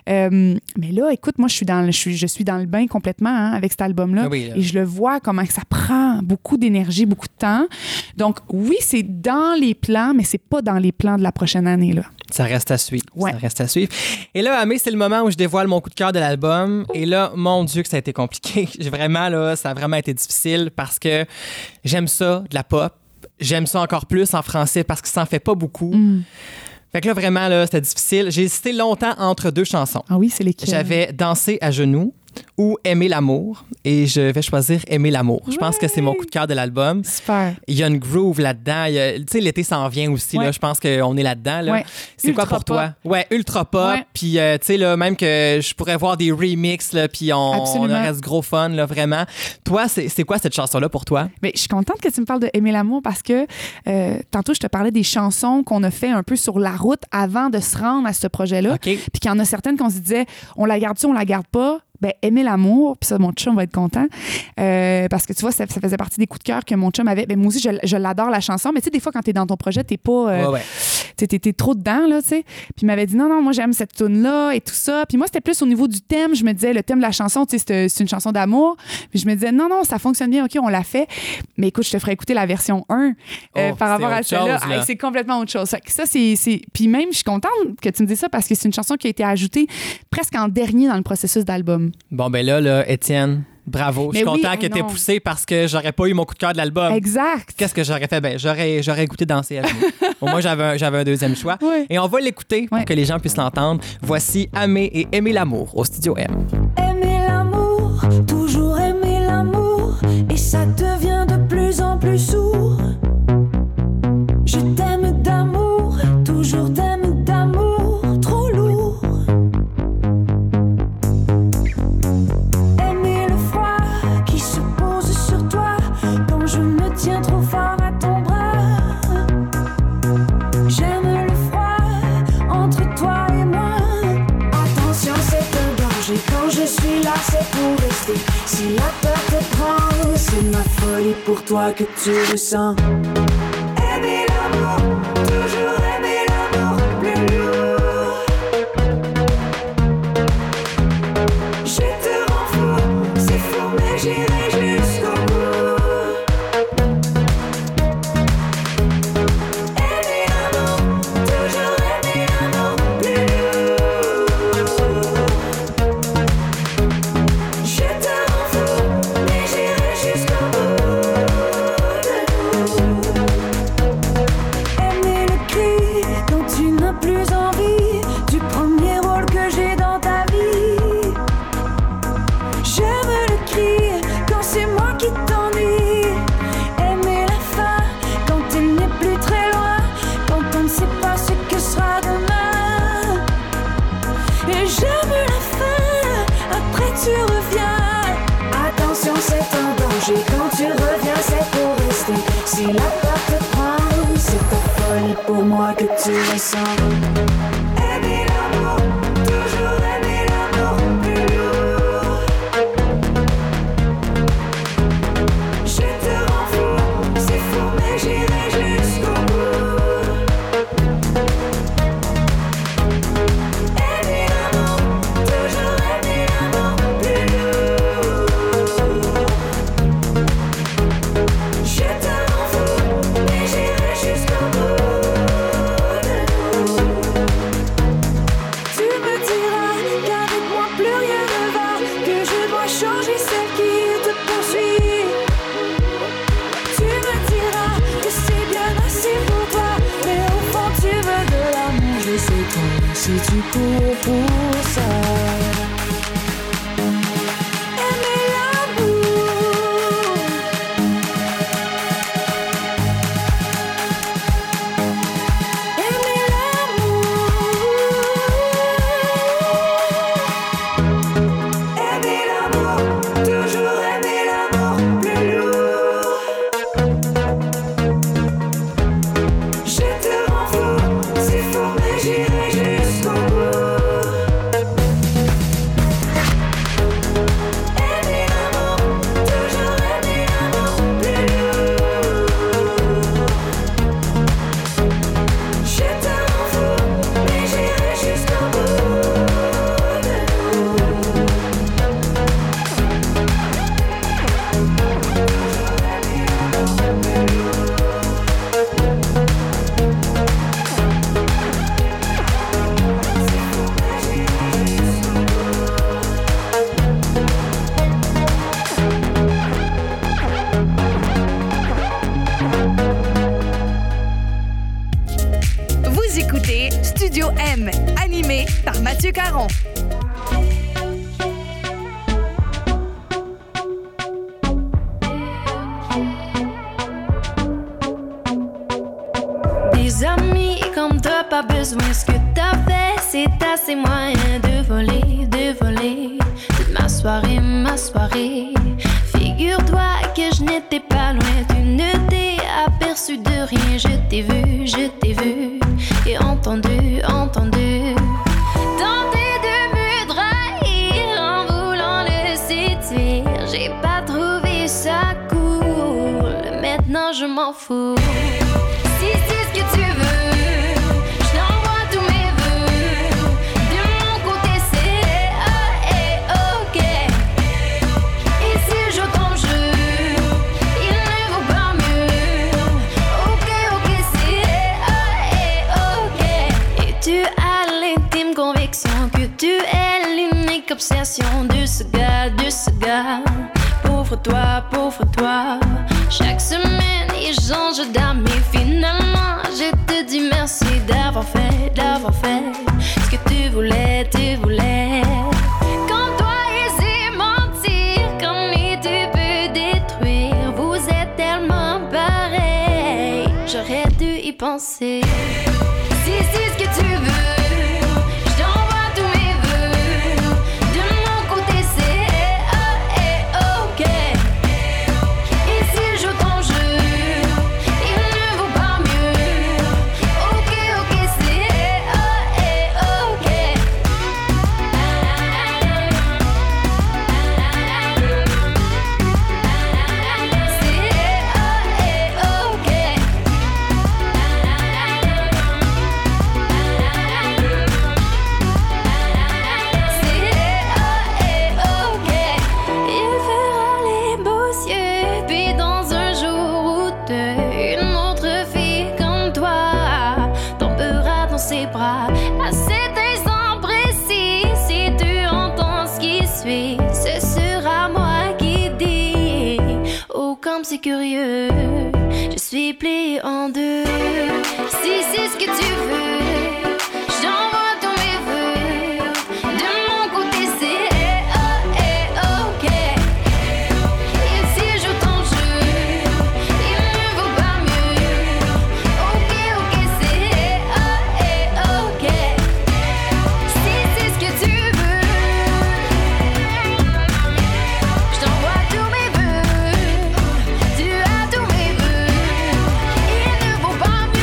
Mais là, écoute, moi, je suis dans le bain complètement avec cet album-là. Oui, là. Et je le vois comment ça prend beaucoup d'énergie, beaucoup de temps. Donc, oui, c'est dans les plans, mais c'est pas dans les plans de la prochaine année, là. Ça reste à suivre. Ouais. Ça reste à suivre. Et là, Amé, c'est le moment où je dévoile mon coup de cœur de l'album. Et là, mon Dieu, que ça a été compliqué. Ça a vraiment été difficile parce que j'aime ça, de la pop. J'aime ça encore plus en français parce que ça en fait pas beaucoup. Fait que là, vraiment, là, c'était difficile. J'ai hésité longtemps entre 2 chansons. Ah oui, c'est lesquels? J'avais Danser à genoux ou Aimer l'amour. Et je vais choisir Aimer l'amour. Je pense que c'est mon coup de cœur de l'album. Super. Il y a une groove là-dedans. Tu sais, l'été s'en vient aussi. Ouais. Là, je pense qu'on est là-dedans. Là. Ouais. C'est quoi Ultra pour toi? Ouais, ultra pop. Ouais. Puis, tu sais, là, même que je pourrais voir des remixes, là, puis on Absolument. aurait ce gros fun, là, vraiment. Toi, c'est quoi cette chanson-là pour toi? Mais je suis contente que tu me parles de Aimer l'amour parce que tantôt, je te parlais des chansons qu'on a fait un peu sur la route avant de se rendre à ce projet-là. OK. Puis qu'il y en a certaines qu'on se disait, on la garde-tu, on la garde pas? Ben, Aimer l'amour, puis ça, mon chum va être content. Parce que tu vois, ça faisait partie des coups de cœur que mon chum avait. Ben, moi aussi, je l'adore, la chanson. Mais tu sais, des fois, quand t'es dans ton projet, t'es pas. Ouais. T'es trop dedans, là, tu sais. Puis il m'avait dit, non, moi, j'aime cette tune-là et tout ça. Puis moi, c'était plus au niveau du thème. Je me disais, le thème de la chanson, tu sais, c'est une chanson d'amour. Puis je me disais, non, ça fonctionne bien, OK, on l'a fait. Mais écoute, je te ferai écouter la version 1 par rapport à c'est celle-là. autre chose, là. C'est complètement autre chose. Fait que ça, c'est. Puis même, je suis contente que tu me dises ça parce que c'est une chanson qui a été ajoutée presque en dernier dans le processus d'album. Bon, ben là, Étienne, bravo. Je suis Mais oui, content que t'aies non. poussé parce que j'aurais pas eu mon coup de cœur de l'album. Exact. Qu'est-ce que j'aurais fait? Ben, j'aurais écouté Danser à genoux. Au moins, j'avais un deuxième choix. Ouais. Et on va l'écouter pour Ouais. que les gens puissent l'entendre. Voici Amé et Aimer l'amour au Studio M. Aimer l'amour, toujours aimer l'amour, et ça devient de plus en plus sourd. Je t'aime d'amour, toujours t'aime d'amour, trop lourd. Aimer le froid qui se pose sur toi quand je me tiens trop fort à ton bras. J'aime le froid entre toi et moi. Attention, c'est un danger. Quand je suis là, c'est pour rester. Si la peur te prend, c'est ma folie pour toi que tu ressens. Aimer l'amour, toujours aimer l'amour plus lourd. Je te rends fou, c'est fou, mais j'irai jusqu'au bout. Aimer l'amour, toujours aimer l'amour plus lourd. Je te rends fou, mais j'irai jusqu'au bout. Aimer le cri quand tu n'as plus envie du premier rôle que j'ai dans ta vie. J'aime le cri quand c'est moi qui t'ennuie. Aimer la fin quand elle n'est plus très loin, quand on ne sait pas ce que sera demain. Et j'aime la fin, après tu reviens. Attention, c'est un danger. Quand tu reviens, c'est pour rester. Si la peur te prend, c'est ta folie pour moi que tu ressens. Aimer l'amour, toujours aimer l'amour plus lourd. Je te rends fou, c'est fou, mais j'irai jusqu'au bout. Aimer l'amour, toujours aimer l'amour plus lourd. Je te rends fou, mais j'irai jusqu'au bout. Tu me diras qu'avec moi plus rien ne va, que je dois changer celle qui te poursuit. Tu me diras que c'est bien assez pour toi, mais au fond tu veux de l'amour. Je sais pas si tu cours pour ça. Aimer l'amour. Aimer l'amour. Studio M, animé par Mathieu Caron. Des amis comme toi, pas besoin. Ce que t'as fait, c'est assez moyen de voler toute ma soirée. Figure-toi que je n'étais pas loin. Tu ne t'es aperçu de rien. Je t'ai vu et entendu. Tenter de me trahir en voulant le séduire. J'ai pas trouvé ça cool. Maintenant je m'en fous. Si c'est ce que tu veux, je t'envoie tous mes vœux. De mon côté c'est OK. Et si je joue ton jeu, il ne vaut pas mieux. OK, c'est OK. Et tu as l'intime conviction que tu es l'unique obsession de ce gars. Pauvre toi. Chaque semaine il change d'âme et finalement je te dis merci d'avoir fait ce que tu voulais. Comme toi et c'est mentir, comme les deux peut détruire. Vous êtes tellement pareils, j'aurais dû y penser. Si c'est ce que tu veux, je t'envoie tous mes vœux. De mon côté c'est OK. Et si je joue ton jeu, il ne vaut pas mieux. OK, c'est OK. Il fera les beaux yeux, puis dans un jour ou deux, une autre fille comme toi tombera dans ses bras. À cet instant précis, si tu entends ce qui suit, ce sera moi qui dis. Oh, comme c'est curieux, je suis pliée en deux. Si c'est ce que tu veux, j'envoie tous mes vœux. De mon côté c'est OK. Et si je joue ton jeu, il ne vaut pas mieux. OK, c'est OK. Si c'est ce que tu veux, je t'envoie tous mes vœux. Tu as tous mes vœux. Il ne vaut pas mieux.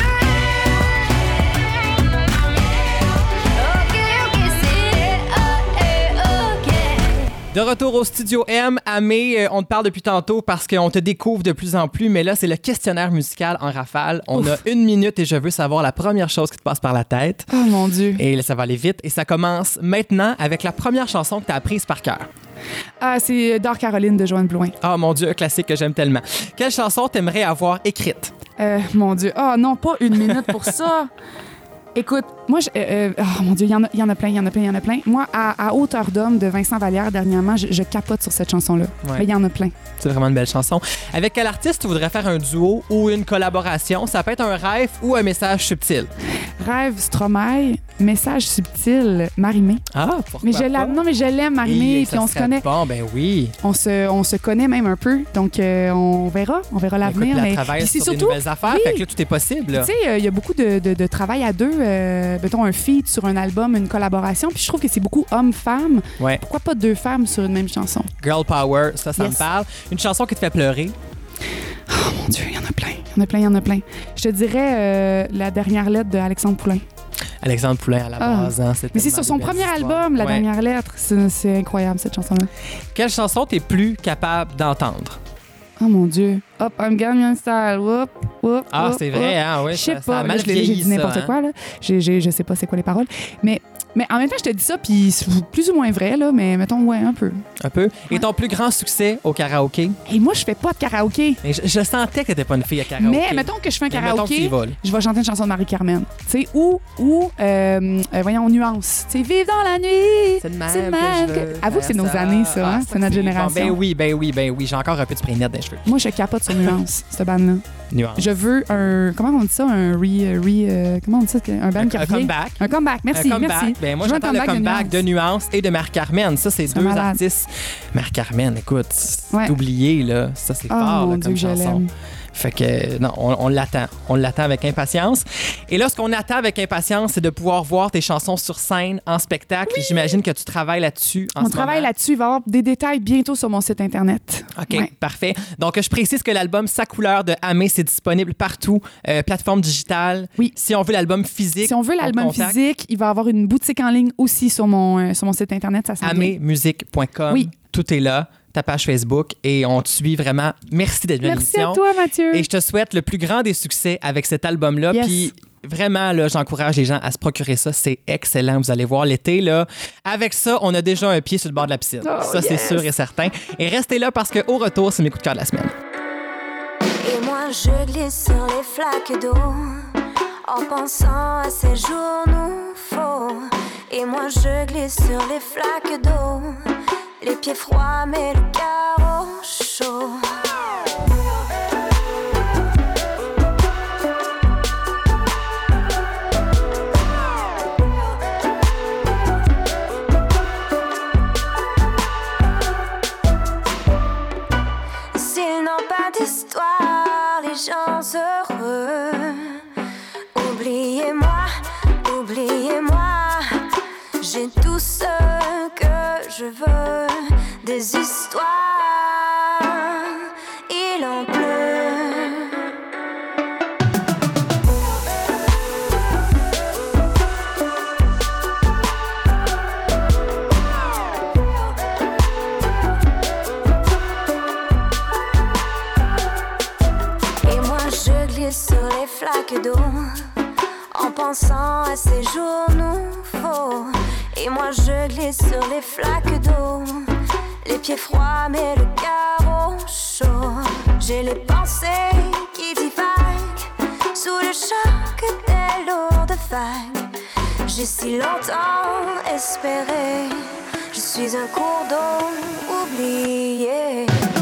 OK, c'est OK. De retour au Studio M, Amé, on te parle depuis tantôt parce qu'on te découvre de plus en plus, mais là, c'est le questionnaire musical en rafale. On a 1 minute et je veux savoir la première chose qui te passe par la tête. Oh mon Dieu. Et là, ça va aller vite. Et ça commence maintenant avec la première chanson que tu as apprise par cœur. Ah, c'est Dark Caroline de Joanne Blouin. Ah, mon Dieu, un classique que j'aime tellement. Quelle chanson t'aimerais avoir écrite? Mon Dieu. Oh non, pas 1 minute pour ça. Écoute, moi, oh mon Dieu, il y en a plein. Moi, à Hauteur d'homme de Vincent Vallière, dernièrement, je capote sur cette chanson-là. Ouais. Mais il y en a plein. C'est vraiment une belle chanson. Avec quel artiste tu voudrais faire un duo ou une collaboration? Ça peut être un rêve ou un message subtil. Rêve Stromae, message subtil, Marie-Mé. Ah, pourquoi Mais je l'aime, Marie-Mé, puis on se connaît. Bon, ben oui. On se connaît même un peu, donc on verra l'avenir. Écoute, Mais elle travaille puis c'est sur des surtout, nouvelles affaires, oui. fait que là, tout est possible. là. Tu sais, il y a beaucoup de travail à deux. Mettons un feat sur un album, une collaboration. Puis je trouve que c'est beaucoup homme-femme. Ouais. Pourquoi pas 2 femmes sur une même chanson? Girl Power, ça Yes. me parle. Une chanson qui te fait pleurer. Oh mon Dieu, il y en a plein. Je te dirais la dernière lettre de Alexandre Poulain. Alexandre Poulain à la base. Hein, Mais c'est sur son premier album, la dernière lettre. C'est incroyable, cette chanson-là. Quelle chanson t'es plus capable d'entendre? Oh mon Dieu. Hop, I'm Gangnam Style. Whoop, whoop, Ah, whoop, c'est vrai, whoop. hein, oui. Je sais ça pas, a mal là, j'ai vieilli, dit n'importe ça, hein. quoi, là. Je sais pas c'est quoi les paroles. Mais Mais en même temps, je te dis ça, puis c'est plus ou moins vrai, là, mais mettons, ouais, un peu. Un peu. Et ton plus grand succès au karaoké? Et moi, je fais pas de karaoké. Et je sentais que t'étais pas une fille à karaoké. Mais mettons que je fais un Mais mettons que tu y karaoké, vas, là. je vais chanter une chanson de Marie-Carmen. Tu sais, ou voyons, Nuance. Tu sais, Vive dans la nuit. C'est de même C'est que mal je veux Avoue que c'est faire nos ça. années, ça, hein? Ah, C'est notre bon. génération. Ben oui. J'ai encore un peu de spray net dans les cheveux. Moi, je capote sur Nuance, cette bande-là. Nuance. Je veux un. Comment on dit ça? Comment on dit ça? Un band qui Un revient. comeback. Un comeback, merci. Un comeback. Merci. Ben, moi, Je veux un j'entends le comeback de Nuance et de Marie-Carmen. Ça, c'est deux malade. artistes. Marie-Carmen, écoute, c'est Ouais. oublié, là. Ça, c'est Oh fort, mon là, Dieu, comme que je chanson. l'aime. Fait que, non, on l'attend. On l'attend avec impatience. Et là, ce qu'on attend avec impatience, c'est de pouvoir voir tes chansons sur scène, en spectacle. Et j'imagine que tu travailles là-dessus en On ce travaille moment. là-dessus. Il va y avoir des détails bientôt sur mon site Internet. OK, Ouais. parfait. Donc, je précise que l'album Sa couleur de Amé, c'est disponible partout, plateforme digitale. Oui. Si on veut l'album physique, Si on veut on l'album contacte physique, il va y avoir une boutique en ligne aussi sur mon site Internet. Ça s'en vient. amémusique.com. Oui. Tout est là, ta page Facebook, et on te suit vraiment. Merci d'être venu à Merci l'émission. à toi, Mathieu. Et je te souhaite le plus grand des succès avec cet album-là. Yes. Puis vraiment, là, j'encourage les gens à se procurer ça. C'est excellent. Vous allez voir l'été, là. Avec ça, on a déjà un pied sur le bord de la piscine. Oh, ça, c'est yes. sûr et certain. Et restez là parce qu'au retour, c'est mes coups de cœur de la semaine. Et moi je glisse sur les flaques d'eau en pensant à ces jours nous faux. Et moi je glisse sur les flaques d'eau, les pieds froids mais le carreau chaud. S'ils n'ont pas d'histoire, les gens heureux. Oubliez-moi, oubliez-moi. J'ai tout ce que je veux. Des histoires, il en pleut. Et moi je glisse sur les flaques d'eau en pensant à ces jours nouveaux. Et moi je glisse sur les flaques d'eau, les pieds froids mais le carreau chaud. J'ai les pensées qui divaguent sous le choc des lourdes vagues. J'ai si longtemps espéré, je suis un cours d'eau oublié.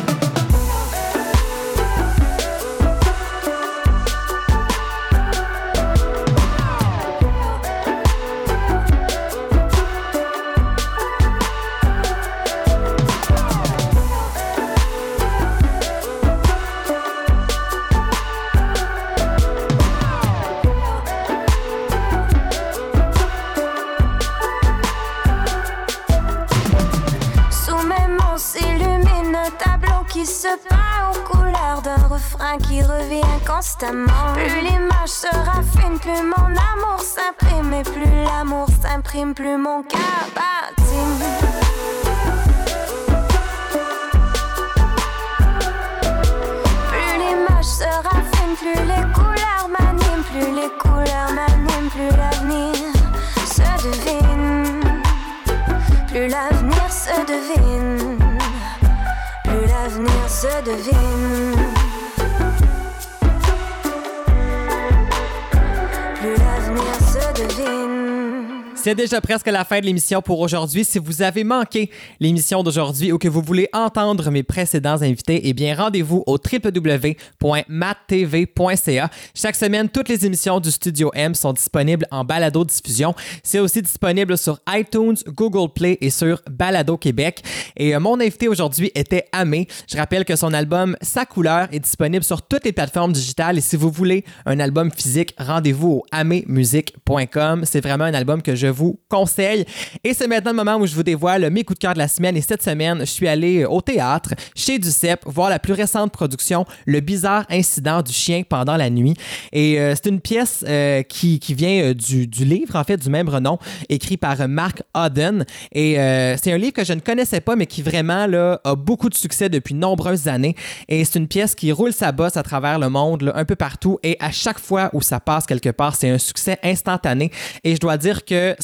Qui se peint aux couleurs d'un refrain qui revient constamment. Plus l'image se raffine, plus mon amour s'imprime. Et plus l'amour s'imprime, plus mon cœur patine. Plus l'image se raffine, plus les couleurs m'animent. Plus les couleurs m'animent, plus l'avenir se devine. Plus l'avenir se devine. Plus l'avenir se devine. Plus l'avenir se devine. C'est déjà presque la fin de l'émission pour aujourd'hui. Si vous avez manqué l'émission d'aujourd'hui ou que vous voulez entendre mes précédents invités, eh bien, rendez-vous au www.mattv.ca. Chaque semaine, toutes les émissions du Studio M sont disponibles en balado-diffusion. C'est aussi disponible sur iTunes, Google Play et sur Balado Québec. Et mon invité aujourd'hui était Amé. Je rappelle que son album Sa couleur est disponible sur toutes les plateformes digitales. Et si vous voulez un album physique, rendez-vous au amémusique.com. C'est vraiment un album que je vous conseille. Et c'est maintenant le moment où je vous dévoile mes coups de cœur de la semaine. Et cette semaine, je suis allé au théâtre, chez Duceppe, voir la plus récente production, Le bizarre incident du chien pendant la nuit. Et c'est une pièce qui vient du livre, en fait, du même nom, écrit par Mark Odden. Et c'est un livre que je ne connaissais pas, mais qui vraiment là, a beaucoup de succès depuis de nombreuses années. Et c'est une pièce qui roule sa bosse à travers le monde, là, un peu partout. Et à chaque fois où ça passe quelque part, c'est un succès instantané. Et je dois dire que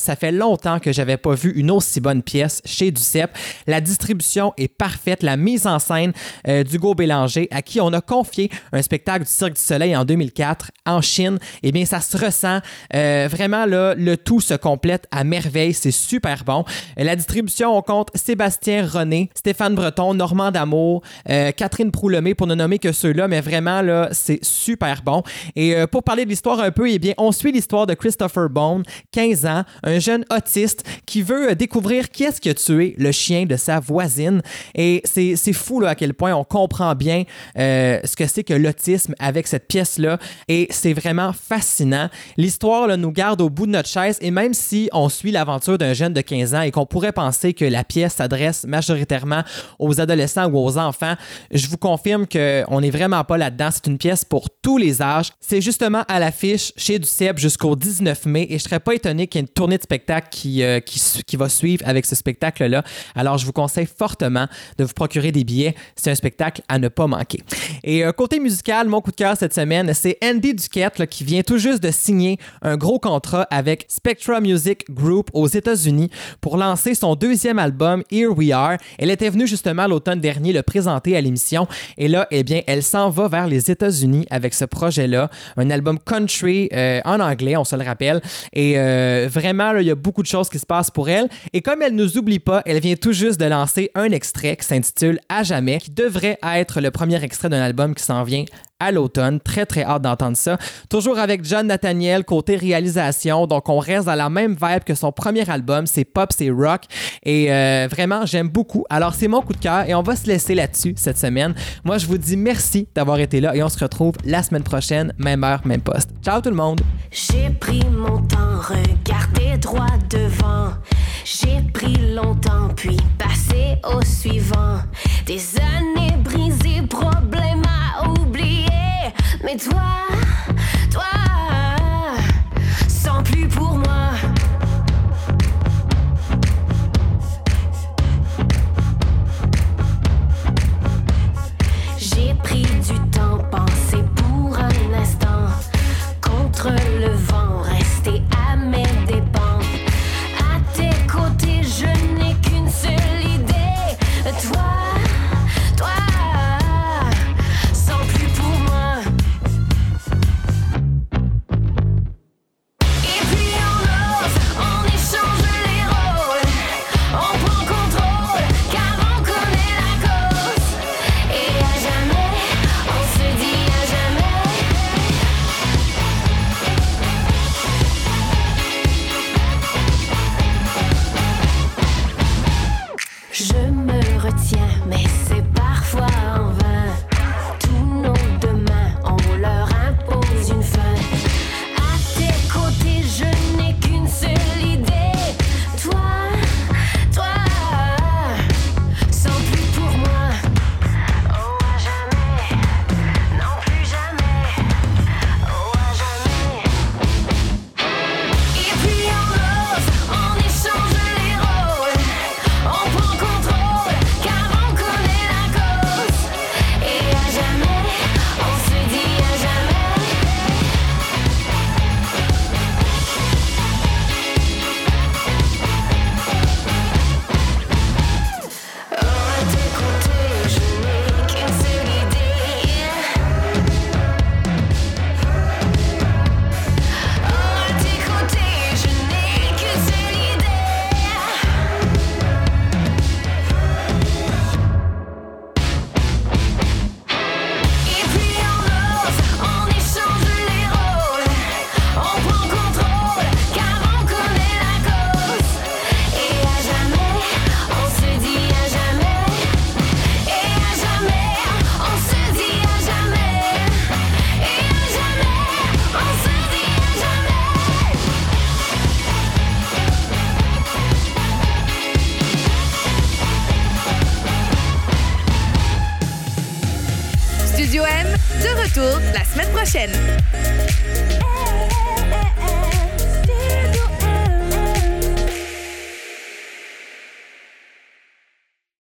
ça fait longtemps que j'avais pas vu une aussi bonne pièce chez Duceppe. La distribution est parfaite, la mise en scène d'Hugo Bélanger, à qui on a confié un spectacle du Cirque du Soleil en 2004 en Chine, eh bien, ça se ressent. Vraiment, là, le tout se complète à merveille. C'est super bon. La distribution, on compte Sébastien René, Stéphane Breton, Normand D'Amour, Catherine Proulemé, pour ne nommer que ceux-là, mais vraiment, là, c'est super bon. Et pour parler de l'histoire un peu, eh bien, on suit l'histoire de Christopher Bone, 15 ans, un jeune autiste qui veut découvrir qui est-ce qui a tué le chien de sa voisine. Et c'est fou là, à quel point on comprend bien ce que c'est que l'autisme avec cette pièce-là. Et c'est vraiment fascinant. L'histoire là, nous garde au bout de notre chaise, et même si on suit l'aventure d'un jeune de 15 ans et qu'on pourrait penser que la pièce s'adresse majoritairement aux adolescents ou aux enfants, je vous confirme qu'on n'est vraiment pas là-dedans. C'est une pièce pour tous les âges. C'est justement à l'affiche chez Duceppe jusqu'au 19 mai, et je serais pas étonné qu'il y ait une tournée de spectacle qui va suivre avec ce spectacle-là. Alors, je vous conseille fortement de vous procurer des billets. C'est un spectacle à ne pas manquer. Et côté musical, mon coup de cœur cette semaine, c'est Andy Duquette là, qui vient tout juste de signer un gros contrat avec Spectra Music Group aux États-Unis pour lancer son deuxième album Here We Are. Elle était venue justement l'automne dernier le présenter à l'émission, et là, eh bien, elle s'en va vers les États-Unis avec ce projet-là, un album country en anglais, on se le rappelle, et vraiment, là, il y a beaucoup de choses qui se passent pour elle, et comme elle nous oublie pas, elle vient tout juste de lancer un extrait qui s'intitule À jamais, qui devrait être le premier extrait d'un album qui s'en vient à l'automne. Très, très hâte d'entendre ça. Toujours avec John Nathaniel, côté réalisation. Donc, on reste dans la même vibe que son premier album. C'est pop, c'est rock. Et vraiment, j'aime beaucoup. Alors, c'est mon coup de cœur et on va se laisser là-dessus cette semaine. Moi, je vous dis merci d'avoir été là et on se retrouve la semaine prochaine, même heure, même poste. Ciao tout le monde! J'ai pris mon temps, regardé droit devant. J'ai pris longtemps, puis passé au suivant. Des années brisées, problèmes à oublier. Mais toi, sans plus pour moi. J'ai pris du temps, pensé pour un instant. Contre le vent, rester à mes dépens. À tes côtés, je n'ai qu'une seule idée. Toi, sans plus pour moi. Et puis on ose, on échange les rôles. On prend contrôle, car on connaît la cause. Et à jamais, on se dit à jamais. Je me retiens, mais c'est parfois en vain. Tous nos demain, on leur impose une fin. À tes côtés, je n'ai qu'une seule idée. Toi, sans plus pour moi. Oh, à jamais, non plus jamais. Oh, à jamais. Et puis on ose, on échange les rôles. On prend contrôle, car on connaît la cause. Et à jamais, on se dit à jamais. Oh, à tes côtés, je n'ai qu'une seule idée. Oh, à tes côtés, je n'ai qu'une seule idée. Et puis on ose, on échange les rôles. On prend contrôle, car on connaît la cause. Et à jamais, on se dit à jamais. Et à jamais, on se dit à jamais. Et à jamais, on se dit à jamais. Studio M, de retour la semaine prochaine.